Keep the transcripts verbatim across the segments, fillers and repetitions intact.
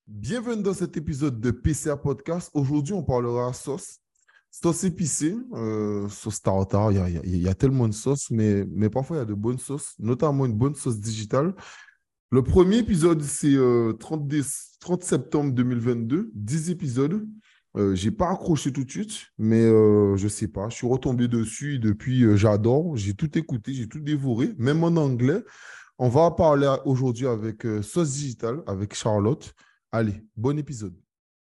Bienvenue dans cet épisode de P C A Podcast. Aujourd'hui, on parlera sauce. Sauce épicée, euh, sauce tartare. Il y a, il y a- il y a tellement de sauces, mais, mais parfois il y a de bonnes sauces, notamment une bonne sauce digitale. Le premier épisode, c'est euh, trente dé- trente septembre deux mille vingt-deux, dix épisodes. Euh, j'ai pas accroché tout de suite, mais euh, je sais pas. Je suis retombé dessus et depuis, euh, j'adore. J'ai tout écouté, j'ai tout dévoré, même en anglais. On va parler aujourd'hui avec euh, Sauce Digitale, avec Charlotte. Allez, bon épisode.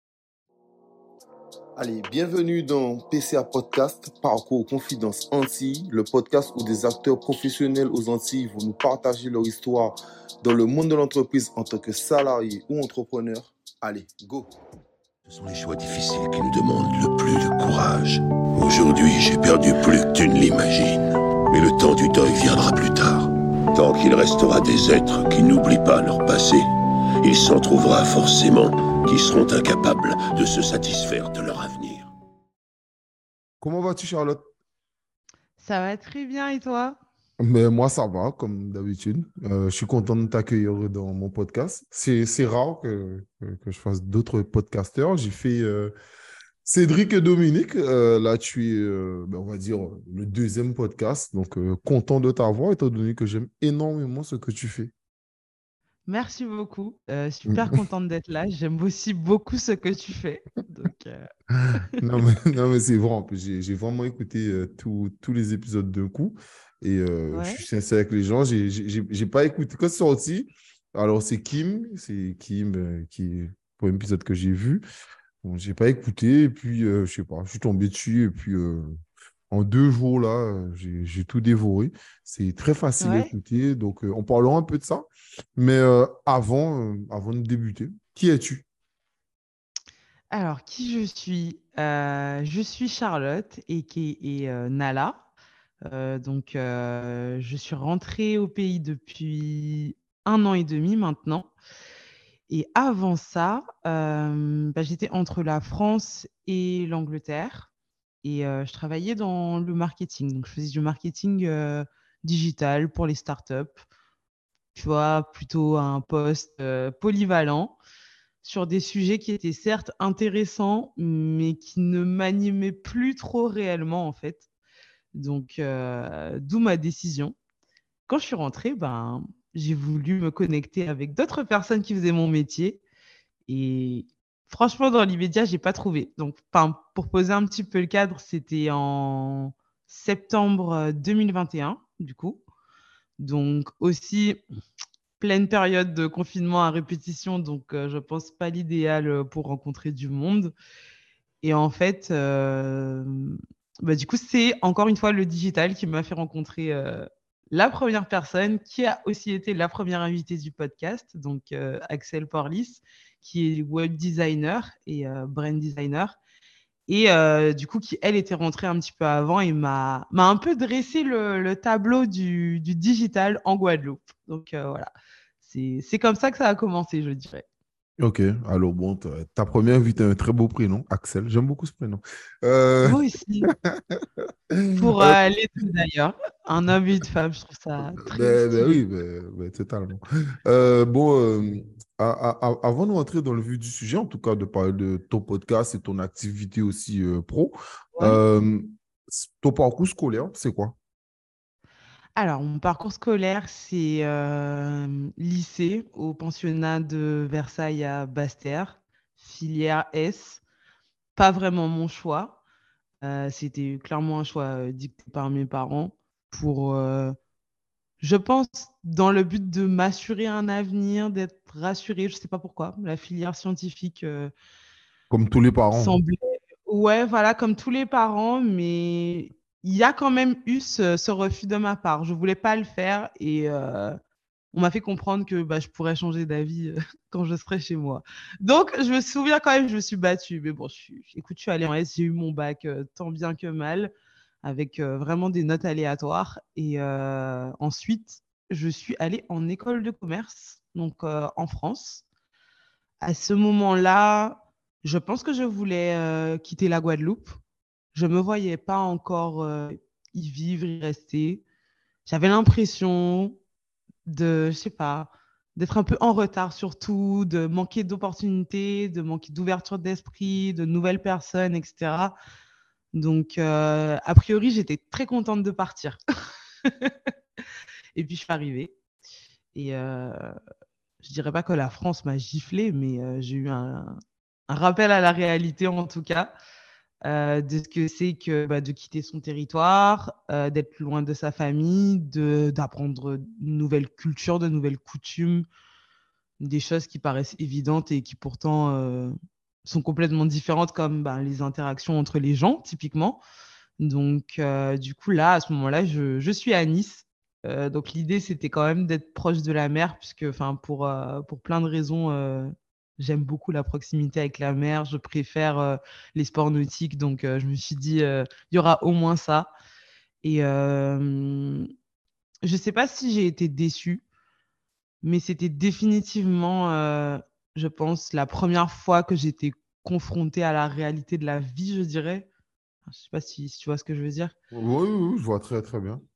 Allez, bienvenue dans P C A Podcast, Parcours Confidence Antilles, le podcast où des acteurs professionnels aux Antilles vont nous partager leur histoire dans le monde de l'entreprise en tant que salariés ou entrepreneurs. Allez, go! Ce sont les choix difficiles qui nous demandent le plus de courage. Aujourd'hui, j'ai perdu plus que tu ne l'imagines. Mais le temps du deuil viendra plus tard. Tant qu'il restera des êtres qui n'oublient pas leur passé, il s'en trouvera forcément qui seront incapables de se satisfaire de leur avenir. Comment vas-tu, Charlotte? Ça va très bien et toi? Mais moi, ça va, comme d'habitude. Euh, je suis content de t'accueillir dans mon podcast. C'est, c'est rare que, que, que je fasse d'autres podcasteurs. J'ai fait euh, Cédric et Dominique. Euh, là, tu es, euh, ben, on va dire, le deuxième podcast. Donc, euh, content de t'avoir, étant donné que j'aime énormément ce que tu fais. Merci beaucoup. Euh, super contente d'être là. J'aime aussi beaucoup ce que tu fais. Donc, euh, Non, mais, non, mais c'est vrai. En plus, j'ai j'ai vraiment écouté euh, tous tous les épisodes d'un coup. Et euh, je ouais. suis sincère avec les gens. J'ai j'ai- j'ai- j'ai pas écouté. Quand c'est sorti, alors c'est Kim. C'est Kim euh, qui est le premier épisode que j'ai vu. Bon, j'ai pas écouté. Et puis, euh, je sais pas, je suis tombé dessus. Et puis, euh, en deux jours, là, euh, j'ai j'ai tout dévoré. C'est très facile à Ouais. écouter. Donc, euh, on parlera un peu de ça. Mais euh, avant, euh, avant de débuter, qui es-tu? Alors, qui je suis? Euh, je suis Charlotte et qui est euh, Nala. Euh, donc, euh, je suis rentrée au pays depuis un an et demi maintenant. Et avant ça, euh, bah, j'étais entre la France et l'Angleterre. Et euh, je travaillais dans le marketing. Donc, je faisais du marketing euh, digital pour les startups. Tu vois, plutôt un poste euh, polyvalent sur des sujets qui étaient certes intéressants, mais qui ne m'animaient plus trop réellement, en fait. Donc, euh, d'où ma décision. Quand je suis rentrée, ben, j'ai voulu me connecter avec d'autres personnes qui faisaient mon métier. Et franchement, dans l'immédiat, j'ai pas trouvé. Donc, enfin, pour poser un petit peu le cadre, c'était en septembre deux mille vingt et un, du coup. Donc, aussi, pleine période de confinement à répétition. Donc, euh, je pense pas l'idéal euh, pour rencontrer du monde. Et en fait, euh, bah, du coup, c'est encore une fois le digital qui m'a fait rencontrer euh, la première personne qui a aussi été la première invitée du podcast, donc euh, Axel Porlis, qui est web designer et euh, brand designer. Et euh, du coup, qui, elle, était rentrée un petit peu avant et m'a, m'a un peu dressé le, le tableau du, du digital en Guadeloupe. Donc euh, voilà, c'est, c'est comme ça que ça a commencé, je dirais. Ok, alors bon, ta ta première vie, t'as un très beau prénom, Axel. J'aime beaucoup ce prénom. Euh, Moi aussi. Pour euh, euh, les deux d'ailleurs. Un homme et une femme, je trouve ça très ben, ben stylé. oui, ben, ben, totalement. Euh, bon, euh, a- a- a- avant de rentrer dans le vif du sujet, en tout cas de parler de ton podcast et ton activité aussi euh, pro, Ouais. euh, ton parcours scolaire, c'est quoi? Alors, mon parcours scolaire, c'est euh, lycée au pensionnat de Versailles à Basse-Terre, filière S. Pas vraiment mon choix. Euh, c'était clairement un choix euh, dicté par mes parents pour, euh, je pense, dans le but de m'assurer un avenir, d'être rassurée. Je sais pas pourquoi. La filière scientifique euh, Comme tous les parents. semblait, ouais, voilà, comme tous les parents, mais il y a quand même eu ce, ce refus de ma part. Je voulais pas le faire et euh, on m'a fait comprendre que bah, je pourrais changer d'avis euh, quand je serai chez moi. Donc, je me souviens quand même, je me suis battue. Mais bon, je suis, écoute, je suis allée en S, j'ai eu mon bac euh, tant bien que mal, avec euh, vraiment des notes aléatoires. Et euh, ensuite, je suis allée en école de commerce, donc euh, en France. À ce moment-là, je pense que je voulais euh, quitter la Guadeloupe. Je ne me voyais pas encore euh, y vivre, y rester. J'avais l'impression de, je sais pas, d'être un peu en retard surtout, de manquer d'opportunités, de manquer d'ouverture d'esprit, de nouvelles personnes, et cetera. Donc, euh, a priori, j'étais très contente de partir. Et puis, je suis arrivée. Et euh, je dirais pas que la France m'a giflé, mais euh, j'ai eu un, un rappel à la réalité, en tout cas, euh, de ce que c'est que bah, de quitter son territoire, euh, d'être loin de sa famille, de, d'apprendre une nouvelle culture, de nouvelles coutumes, des choses qui paraissent évidentes et qui pourtant euh, sont complètement différentes, comme bah, les interactions entre les gens, typiquement. Donc, euh, du coup, là, à ce moment-là, je, je suis à Nice. Euh, donc, l'idée, c'était quand même d'être proche de la mer, puisque enfin, pour, euh, pour plein de raisons, euh, j'aime beaucoup la proximité avec la mer. Je préfère euh, les sports nautiques. Donc, euh, je me suis dit, euh, il y aura au moins ça. Et euh, je ne sais pas si j'ai été déçue, mais c'était définitivement, euh, je pense, la première fois que j'étais confrontée à la réalité de la vie, je dirais. Je ne sais pas si, si tu vois ce que je veux dire. Oui, oui, oui, je vois très, très bien.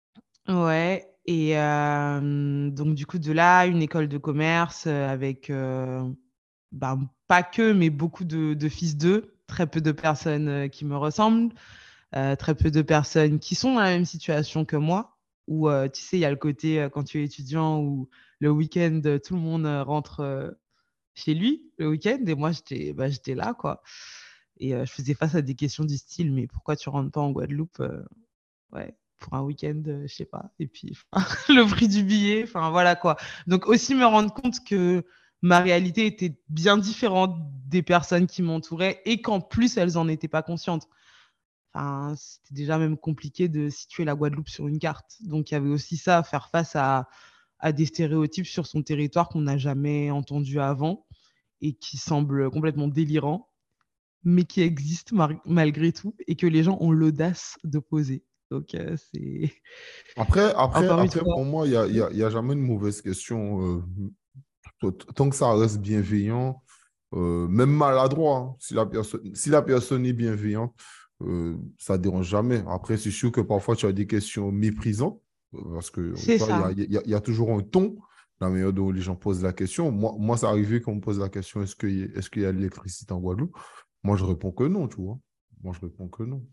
Ouais, et euh, donc du coup de là, une école de commerce euh, avec euh, ben, pas que, mais beaucoup de, de fils d'eux, très peu de personnes euh, qui me ressemblent, euh, très peu de personnes qui sont dans la même situation que moi, où euh, tu sais, il y a le côté euh, quand tu es étudiant où le week-end, euh, tout le monde euh, rentre euh, chez lui le week-end, et moi j'étais bah, j'étais là, quoi. Et euh, je faisais face à des questions du style, mais pourquoi tu rentres pas en Guadeloupe? euh, Ouais, pour un week-end, euh, je sais pas. Et puis, enfin, le prix du billet, enfin voilà quoi. Donc aussi me rendre compte que ma réalité était bien différente des personnes qui m'entouraient et qu'en plus elles en étaient pas conscientes. Enfin, c'était déjà même compliqué de situer la Guadeloupe sur une carte. Donc il y avait aussi ça à faire face à, à des stéréotypes sur son territoire qu'on n'a jamais entendu avant et qui semblent complètement délirants, mais qui existent mar- malgré tout et que les gens ont l'audace de poser. Donc, euh, c'est Après, après, encore une après, fois. pour moi, il n'y a, il y a, il y a jamais une mauvaise question. euh, t- tant que ça reste bienveillant, euh, même maladroit, hein, si la personne, si la personne est bienveillante, euh, ça ne dérange jamais. Après, c'est sûr que parfois, tu as des questions méprisantes, euh, parce que, tu C'est vois, il y ça. a, il y a- il y a toujours un ton, la manière dont les gens posent la question. Moi, moi c'est arrivé qu'on me pose la question, est-ce qu'il y a, est-ce qu'il y a de l'électricité en Guadeloupe? Moi, je réponds que non, tu vois. Moi, je réponds que non.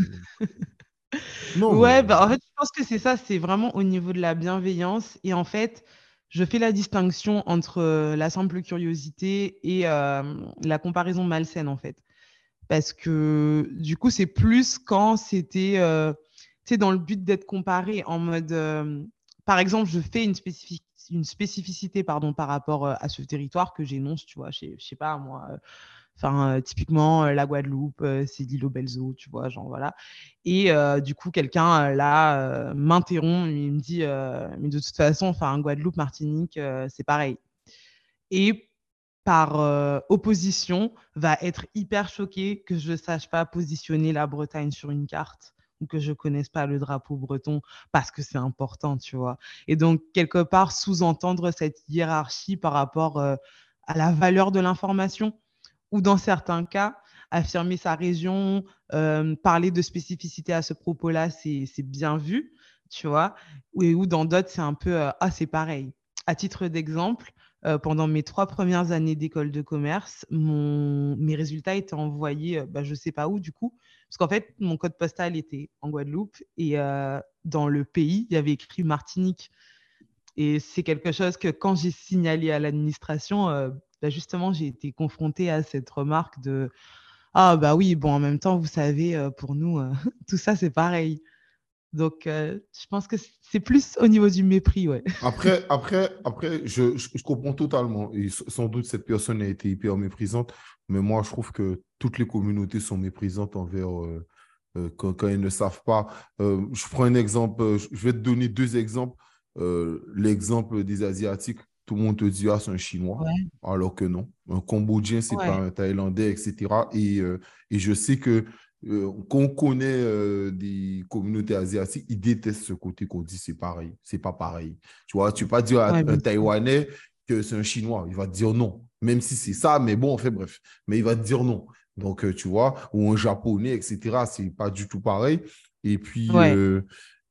Non, mais Ouais, bah, en fait, je pense que c'est ça, c'est vraiment au niveau de la bienveillance. Et en fait, je fais la distinction entre euh, la simple curiosité et euh, la comparaison malsaine, en fait. Parce que du coup, c'est plus quand c'était, euh, tu sais, dans le but d'être comparé en mode, euh, par exemple, je fais une, spécific- une spécificité, pardon, par rapport euh, à ce territoire que j'énonce, tu vois, je sais je sais pas, moi. euh, Enfin, euh, typiquement, euh, la Guadeloupe, euh, c'est l'île aux belles eaux, tu vois, genre voilà. Et euh, du coup, quelqu'un euh, là euh, m'interrompt, il me dit, euh, mais de toute façon, enfin, Guadeloupe, Martinique, euh, c'est pareil. Et par euh, opposition, va être hyper choqué que je ne sache pas positionner la Bretagne sur une carte ou que je ne connaisse pas le drapeau breton parce que c'est important, tu vois. Et donc, quelque part, sous-entendre cette hiérarchie par rapport euh, à la valeur de l'information ou dans certains cas, affirmer sa région, euh, parler de spécificité à ce propos-là, c'est, c'est bien vu, tu vois, ou, ou dans d'autres, c'est un peu, euh, ah, c'est pareil. À titre d'exemple, euh, pendant mes trois premières années d'école de commerce, mon, mes résultats étaient envoyés, euh, bah, je ne sais pas où du coup, parce qu'en fait, mon code postal était en Guadeloupe et euh, dans le pays, il y avait écrit Martinique. Et c'est quelque chose que quand j'ai signalé à l'administration, euh, bah justement, j'ai été confrontée à cette remarque de ah bah oui, bon, en même temps, vous savez, euh, pour nous, euh, tout ça, c'est pareil. Donc, euh, je pense que c'est plus au niveau du mépris, ouais. après, après, après je, je, je comprends totalement. Et s- sans doute, cette personne a été hyper méprisante, mais moi, je trouve que toutes les communautés sont méprisantes envers euh, euh, quand, quand ils ne savent pas. Euh, je prends un exemple, euh, je je vais te donner deux exemples. Euh, l'exemple des Asiatiques, tout le monde te dit, ah, c'est un Chinois, Ouais, alors que non. Un Cambodgien, c'est pas ouais, un Thaïlandais, et cetera. Et, euh, et je sais que euh, qu'on connaît euh, des communautés asiatiques, ils détestent ce côté qu'on dit c'est pareil, c'est pas pareil. Tu vois, tu peux pas dire à ouais, un bien sûr. Taïwanais que c'est un Chinois, il va te dire non, même si c'est ça, mais bon, enfin bref, mais il va te dire non. Donc, euh, tu vois, ou un Japonais, et cetera, c'est pas du tout pareil. Et puis, Ouais, euh,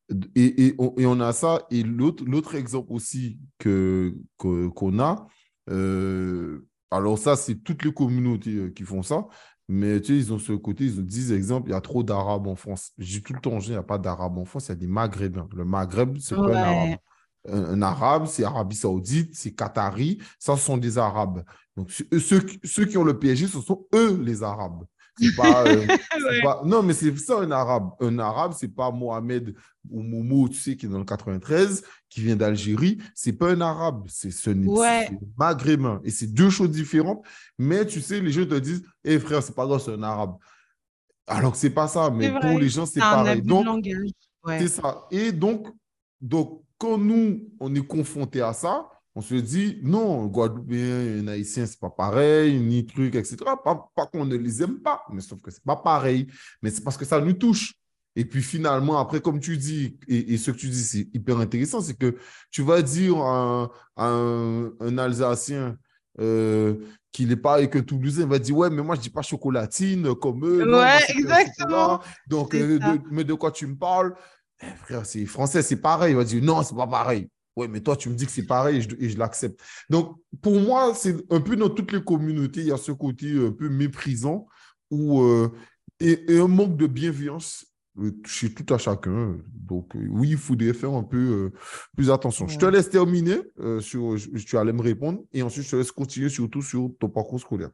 Et, et, on, et on a ça. Et l'autre, l'autre exemple aussi que, que- qu'on a, euh, alors ça, c'est toutes les communautés euh, qui font ça. Mais tu sais, ils ont ce côté, ils ont dix exemples, il y a trop d'Arabes en France. Je dis tout le temps, il n'y a pas d'Arabes en France, il y a des Maghrébins. Le Maghreb, c'est pas un Arabe. Ouais, Un, un Arabe, c'est Arabie Saoudite, c'est Qatari, ça, ce sont des Arabes. Donc, ceux, ceux qui ceux qui ont le P S G, ce sont eux, les Arabes. C'est pas, euh, c'est ouais, pas... Non, mais c'est ça, un Arabe. Un Arabe, c'est pas Mohamed ou Momo, tu sais, qui est dans le quatre-vingt-treize, qui vient d'Algérie. C'est pas un Arabe, c'est ce n'est- c'est ouais, maghrébin. Et c'est deux choses différentes. Mais tu sais, les gens te disent, hé frère, c'est pas grave, c'est un Arabe. Alors que c'est pas ça, mais c'est pour les vrai. gens, C'est c'est un pareil. abus de Donc, langage. c'est Ouais, ça. Et donc, donc, quand nous, on est confronté à ça, on se dit, non, Guadeloupéen, un Haïtien, c'est pas pareil, ni truc, et cetera. Pas, pas qu'on ne les aime pas, mais sauf que c'est pas pareil. Mais c'est parce que ça nous touche. Et puis finalement, après, comme tu dis, et, et ce que tu dis, c'est hyper intéressant, c'est que tu vas dire à un, à un, un Alsacien euh, qu'il n'est pas avec un Toulousain, il va dire, ouais, mais moi, je dis pas chocolatine comme eux. Non, moi, ouais, c'est pain au chocolat. exactement. Donc, C'est euh, ça. de- mais de quoi tu me parles? Eh, frère, c'est français, c'est pareil. Il va dire non, c'est pas pareil. Ouais, mais toi, tu me dis que c'est pareil et je, et je l'accepte. Donc, pour moi, c'est un peu dans toutes les communautés, il y a ce côté un peu méprisant ou, euh, et, et un manque de bienveillance euh, chez tout à chacun. Donc, euh, oui, il faudrait faire un peu euh, plus attention. Je te Ouais. laisse terminer euh, sur, je- tu allais me répondre et ensuite, je te laisse continuer surtout sur ton parcours scolaire.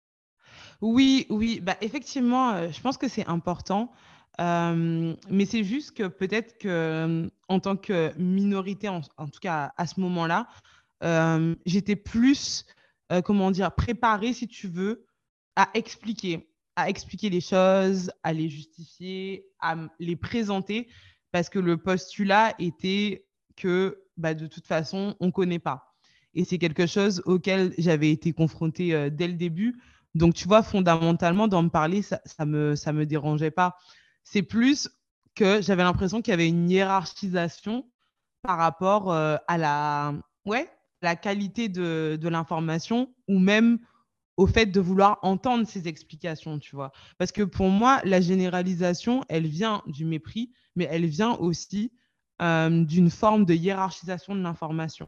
Oui, oui, bah effectivement, euh, je pense que c'est important. Euh, mais c'est juste que peut-être que euh, en tant que minorité, en, en tout cas à ce moment-là, euh, j'étais plus, euh, comment dire, préparée, si tu veux, à expliquer, à expliquer les choses, à les justifier, à m- les présenter, parce que le postulat était que bah, de toute façon, on ne connaît pas. Et c'est quelque chose auquel j'avais été confrontée euh, dès le début. Donc, tu vois, fondamentalement, d'en me parler, ça, ça me, ça me dérangeait pas. C'est plus que j'avais l'impression qu'il y avait une hiérarchisation par rapport euh, à la, ouais, la qualité de, de l'information ou même au fait de vouloir entendre ces explications, tu vois. Parce que pour moi, la généralisation, elle vient du mépris, mais elle vient aussi euh, d'une forme de hiérarchisation de l'information.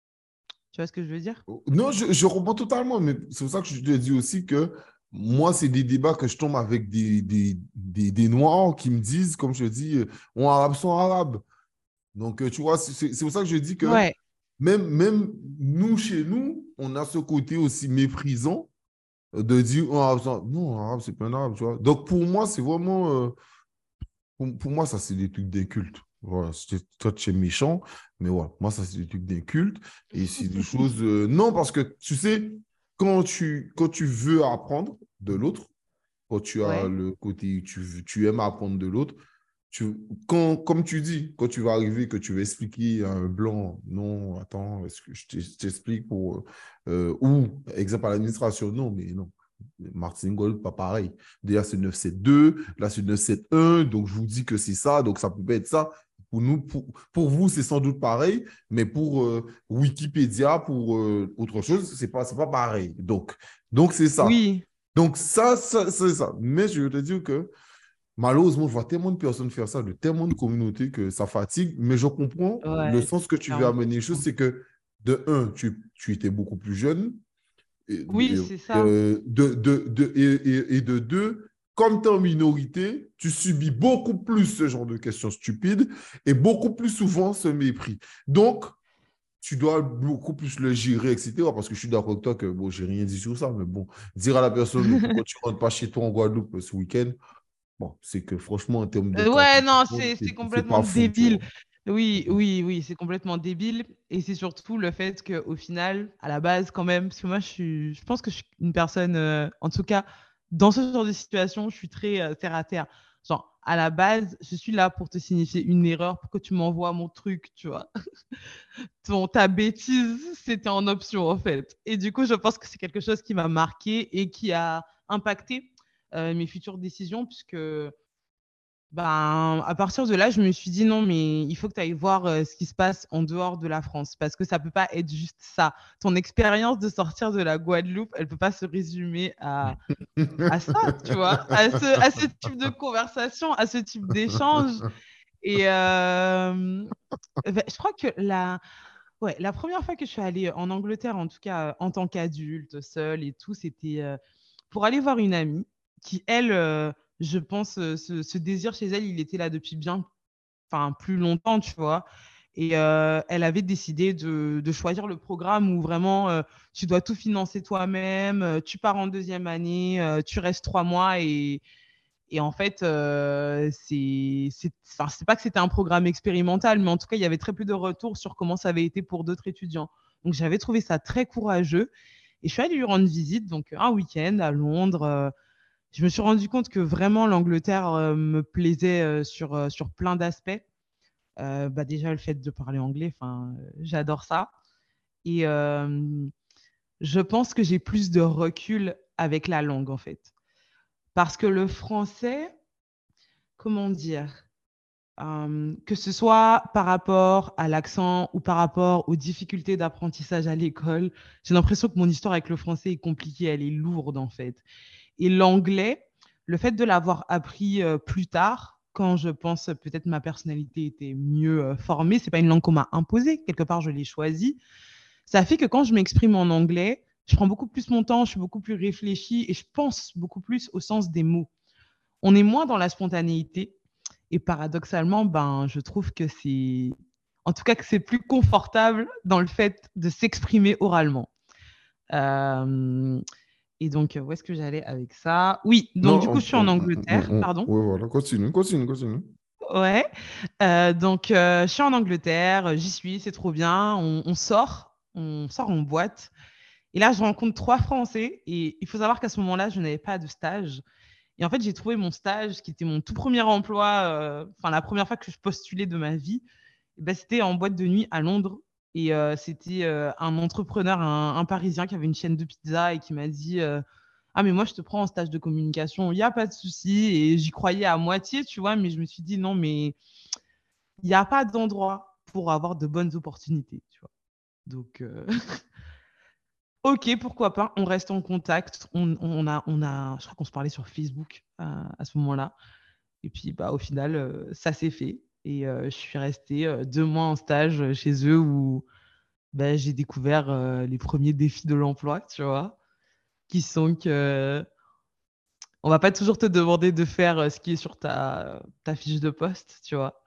Tu vois ce que je veux dire? Non, je, je comprends totalement, mais c'est pour ça que je te dis aussi que moi, c'est des débats que je tombe avec des, des, des, des Noirs qui me disent, comme je te dis, euh, on arabe sont arabes. Donc, euh, tu vois, c'est c'est- c'est pour ça que je dis que Ouais, même, même nous, chez nous, on a ce côté aussi méprisant euh, de dire, oh, arabe, sont- non, arabe, c'est pas un arabe, tu vois. Donc, pour moi, c'est vraiment, euh, pour, pour moi, ça, c'est des trucs d'inculte. Voilà, c'est- toi, tu es méchant, mais voilà, moi, ça, c'est des trucs d'inculte. Et c'est des choses. euh, Non, parce que tu sais, quand tu, quand tu veux apprendre de l'autre, quand tu as ouais, le côté, tu, veux- tu aimes apprendre de l'autre, tu, quand, comme tu dis, quand tu vas arriver, que tu vas expliquer à un blanc, non, attends, est-ce que je t'ex- je t'explique pour. Euh, ou, exemple, à l'administration, non, mais non. Martin Gold, pas pareil. Déjà, c'est neuf sept deux, là, c'est neuf sept un, donc je vous dis que c'est ça, donc ça peut pas être ça. Pour nous, pour, pour vous, c'est sans doute pareil, mais pour euh, Wikipédia, pour euh, autre chose, c'est pas, c'est pas pareil. Donc, donc c'est ça. oui, Donc, ça, ça c'est ça. Mais je veux te dire que malheureusement, je vois tellement de personnes faire ça, de tellement de communautés que ça fatigue. Mais je comprends le ouais, sens que tu veux clairement. amener les choses, c'est que de un, tu, tu étais beaucoup plus jeune. Et, Oui, et, c'est ça. euh, de, de, de, et, et- et de deux, comme tu es en minorité, tu subis beaucoup plus ce genre de questions stupides et beaucoup plus souvent ce mépris. Donc, tu dois beaucoup plus le gérer, et cetera. Parce que je suis d'accord avec toi que, bon, j'ai rien dit sur ça, mais bon, dire à la personne pourquoi tu rentres pas chez toi en Guadeloupe ce week-end, bon, c'est que franchement, en termes de Euh, qualité Ouais, de non, monde, c'est c'est c'est c'est complètement pas fou, tu débile. vois. Oui, oui, oui, c'est complètement débile. Et c'est surtout le fait qu'au final, à la base, quand même, parce que moi, je suis, je pense que je suis une personne, euh, en tout cas, dans ce genre de situation, je suis très euh, terre à terre. Genre, à la base, je suis là pour te signifier une erreur, pour que tu m'envoies mon truc, tu vois. Ton, ta bêtise, c'était en option, en fait. Et du coup, je pense que c'est quelque chose qui m'a marqué et qui a impacté euh, mes futures décisions, puisque ben, à partir de là, je me suis dit non, mais il faut que tu ailles voir euh, ce qui se passe en dehors de la France parce que ça peut pas être juste ça. Ton expérience de sortir de la Guadeloupe, elle peut pas se résumer à, à ça, tu vois, à ce, à ce type de conversation, à ce type d'échange. Et euh, ben, je crois que la, ouais, la première fois que je suis allée en Angleterre, en tout cas euh, en tant qu'adulte, seule et tout, c'était euh, pour aller voir une amie qui, elle, euh, je pense, euh, ce, ce désir chez elle, il était là depuis bien, enfin, plus longtemps, tu vois. Et euh, elle avait décidé de, de choisir le programme où vraiment euh, tu dois tout financer toi-même, euh, tu pars en deuxième année, euh, tu restes trois mois et, et en fait, euh, c'est, c'est, enfin, c'est pas que c'était un programme expérimental, mais en tout cas, il y avait très peu de retours sur comment ça avait été pour d'autres étudiants. Donc, j'avais trouvé ça très courageux. Et je suis allée lui rendre visite, donc un week-end à Londres. Euh, je me suis rendu compte que vraiment l'Angleterre euh, me plaisait euh, sur, euh, sur plein d'aspects. Euh, bah déjà, le fait de parler anglais, enfin, euh, j'adore ça. Et euh, je pense que j'ai plus de recul avec la langue, en fait. Parce que le français, comment dire, euh, que ce soit par rapport à l'accent ou par rapport aux difficultés d'apprentissage à l'école, j'ai l'impression que mon histoire avec le français est compliquée, elle est lourde en fait. Et l'anglais, le fait de l'avoir appris euh, plus tard, quand je pense euh, peut-être ma personnalité était mieux euh, formée, c'est pas une langue qu'on m'a imposée, quelque part je l'ai choisie. Ça fait que quand je m'exprime en anglais, je prends beaucoup plus mon temps, je suis beaucoup plus réfléchie et je pense beaucoup plus au sens des mots. On est moins dans la spontanéité. Et paradoxalement, ben, je trouve que c'est, en tout cas, que c'est plus confortable dans le fait de s'exprimer oralement. Euh, et donc, où est-ce que j'allais avec ça? Oui, donc du coup, Non, je suis on, en on- on- Angleterre, on- pardon. ouais, voilà, continue, continue, continue. Ouais. Euh, donc, euh, je suis en Angleterre, j'y suis, c'est trop bien. On, on sort, on sort en boîte. Et là, je rencontre trois Français. Et il faut savoir qu'à ce moment-là, je n'avais pas de stage. Et en fait, j'ai trouvé mon stage, qui était mon tout premier emploi, euh, enfin la première fois que je postulais de ma vie. Et ben, c'était en boîte de nuit à Londres. Et euh, c'était euh, un entrepreneur, un, un Parisien qui avait une chaîne de pizza et qui m'a dit euh, ah, mais moi, je te prends en stage de communication, il n'y a pas de souci. Et j'y croyais à moitié, tu vois, mais je me suis dit non, mais il n'y a pas d'endroit pour avoir de bonnes opportunités, tu vois. Donc, euh, ok, pourquoi pas, on reste en contact. On, on a, on a, je crois qu'on se parlait sur Facebook euh, à ce moment-là. Et puis, bah, au final, euh, ça s'est fait. Et euh, je suis restée euh, deux mois en stage chez eux où bah, j'ai découvert euh, les premiers défis de l'emploi, tu vois, qui sont que on va pas toujours te demander de faire euh, ce qui est sur ta, ta fiche de poste, tu vois.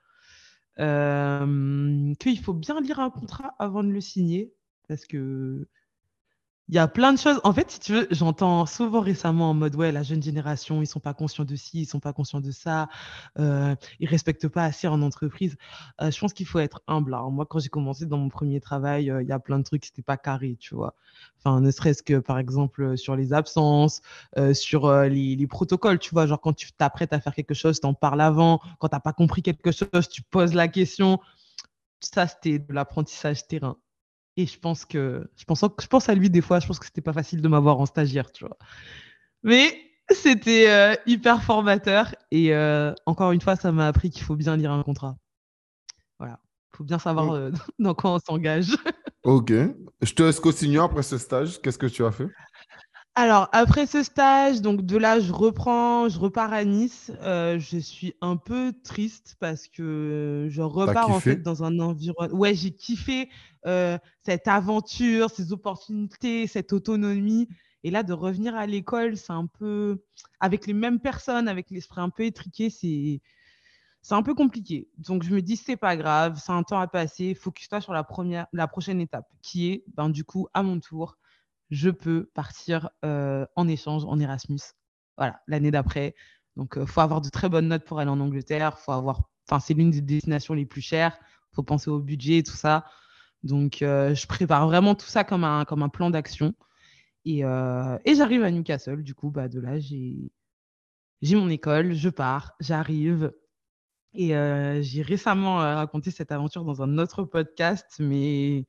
Euh, qu'il faut bien lire un contrat avant de le signer parce que il y a plein de choses. En fait, si tu veux, j'entends souvent récemment en mode, ouais, la jeune génération, ils sont pas conscients de ci, ils sont pas conscients de ça, euh, ils respectent pas assez en entreprise. Euh, je pense qu'il faut être humble. Alors, moi, quand j'ai commencé dans mon premier travail, euh, il y a plein de trucs qui n'étaient pas carrés, tu vois. Enfin, ne serait-ce que, par exemple, euh, sur les absences, euh, sur euh, les, les protocoles, tu vois. Genre, quand tu t'apprêtes à faire quelque chose, tu en parles avant. Quand tu n'as pas compris quelque chose, tu poses la question. Ça, c'était de l'apprentissage terrain. Et je pense que je pense, je pense à lui des fois, je pense que c'était pas facile de m'avoir en stagiaire, tu vois. Mais c'était euh, hyper formateur et euh, encore une fois, ça m'a appris qu'il faut bien lire un contrat. Voilà, il faut bien savoir O- euh, dans quoi on s'engage. Ok. Je te laisse continuer après ce stage. Qu'est-ce que tu as fait? Alors, après ce stage, donc de là, je reprends, je repars à Nice. Euh, je suis un peu triste parce que je T'as repars en fait kiffé? dans un environnement. Ouais, j'ai kiffé euh, cette aventure, ces opportunités, cette autonomie. Et là, de revenir à l'école, c'est un peu avec les mêmes personnes, avec l'esprit un peu étriqué, c'est c'est un peu compliqué. Donc, je me dis, c'est pas grave, c'est un temps à passer. Focus-toi sur la première, la prochaine étape, qui est, ben, du coup, à mon tour, je peux partir euh, en échange en Erasmus. Voilà, l'année d'après. Donc, il euh, faut avoir de très bonnes notes pour aller en Angleterre. Faut avoir, enfin, c'est l'une des destinations les plus chères. Il faut penser au budget et tout ça. Donc, euh, je prépare vraiment tout ça comme un, comme un plan d'action. Et, euh, et j'arrive à Newcastle. Du coup, bah, de là, j'ai, j'ai mon école, je pars, j'arrive. Et euh, j'ai récemment euh, raconté cette aventure dans un autre podcast, mais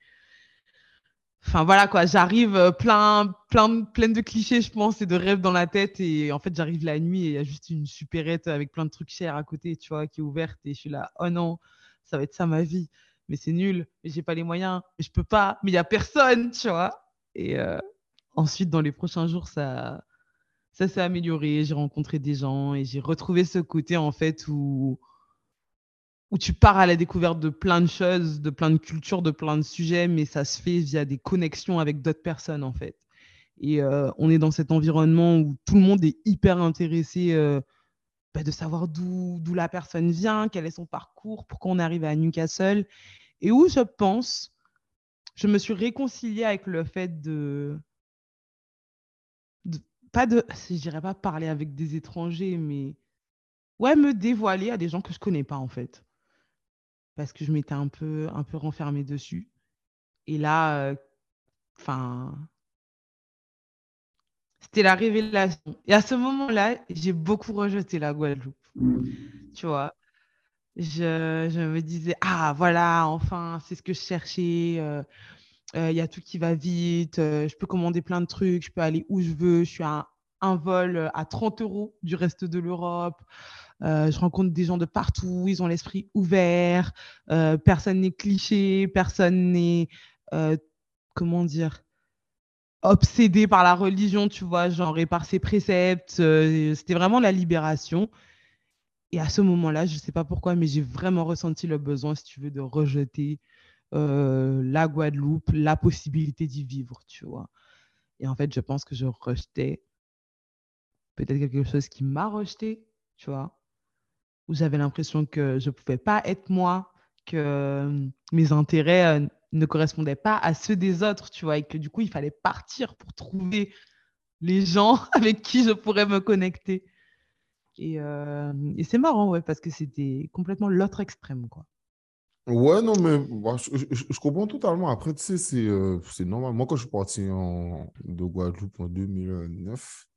enfin voilà quoi, j'arrive euh, plein, plein, pleine de clichés, je pense, et de rêves dans la tête. Et en fait, j'arrive la nuit et il y a juste une supérette avec plein de trucs chers à côté, tu vois, qui est ouverte. Et je suis là, oh non, ça va être ça ma vie. Mais c'est nul, mais j'ai pas les moyens, mais je peux pas, mais il y a personne, tu vois. Et euh, ensuite, dans les prochains jours, ça, ça s'est amélioré. J'ai rencontré des gens et j'ai retrouvé ce côté en fait où où tu pars à la découverte de plein de choses, de plein de cultures, de plein de sujets, mais ça se fait via des connexions avec d'autres personnes, en fait. Et euh, on est dans cet environnement où tout le monde est hyper intéressé euh, bah, de savoir d'où, d'où la personne vient, quel est son parcours, pourquoi on arrive à Newcastle, et où je pense, je me suis réconciliée avec le fait de, de pas de, je dirais pas parler avec des étrangers, mais ouais, me dévoiler à des gens que je connais pas, en fait. Parce que je m'étais un peu, un peu renfermée dessus. Et là, enfin, euh, c'était la révélation. Et à ce moment-là, j'ai beaucoup rejeté la Guadeloupe. Tu vois, je, je me disais, ah, voilà, enfin, c'est ce que je cherchais. Il euh, euh, y a tout qui va vite. Euh, je peux commander plein de trucs. Je peux aller où je veux. Je suis à un, un vol à trente euros du reste de l'Europe. Euh, je rencontre des gens de partout. Ils ont l'esprit ouvert. Euh, personne n'est cliché. Personne n'est, euh, comment dire, obsédé par la religion, tu vois, genre, et par ses préceptes. Euh, c'était vraiment la libération. Et à ce moment-là, je ne sais pas pourquoi, mais j'ai vraiment ressenti le besoin, si tu veux, de rejeter euh, la Guadeloupe, la possibilité d'y vivre, tu vois. Et en fait, je pense que je rejetais peut-être quelque chose qui m'a rejeté, tu vois, où j'avais l'impression que je ne pouvais pas être moi, que euh, mes intérêts euh, ne correspondaient pas à ceux des autres, tu vois, et que du coup, il fallait partir pour trouver les gens avec qui je pourrais me connecter. Et, euh, et c'est marrant, ouais, parce que c'était complètement l'autre extrême, quoi. Ouais, non, mais bah, je, je- je comprends totalement. Après, tu sais, c'est euh, c'est normal. Moi, quand je suis parti en, de Guadeloupe en deux mille neuf,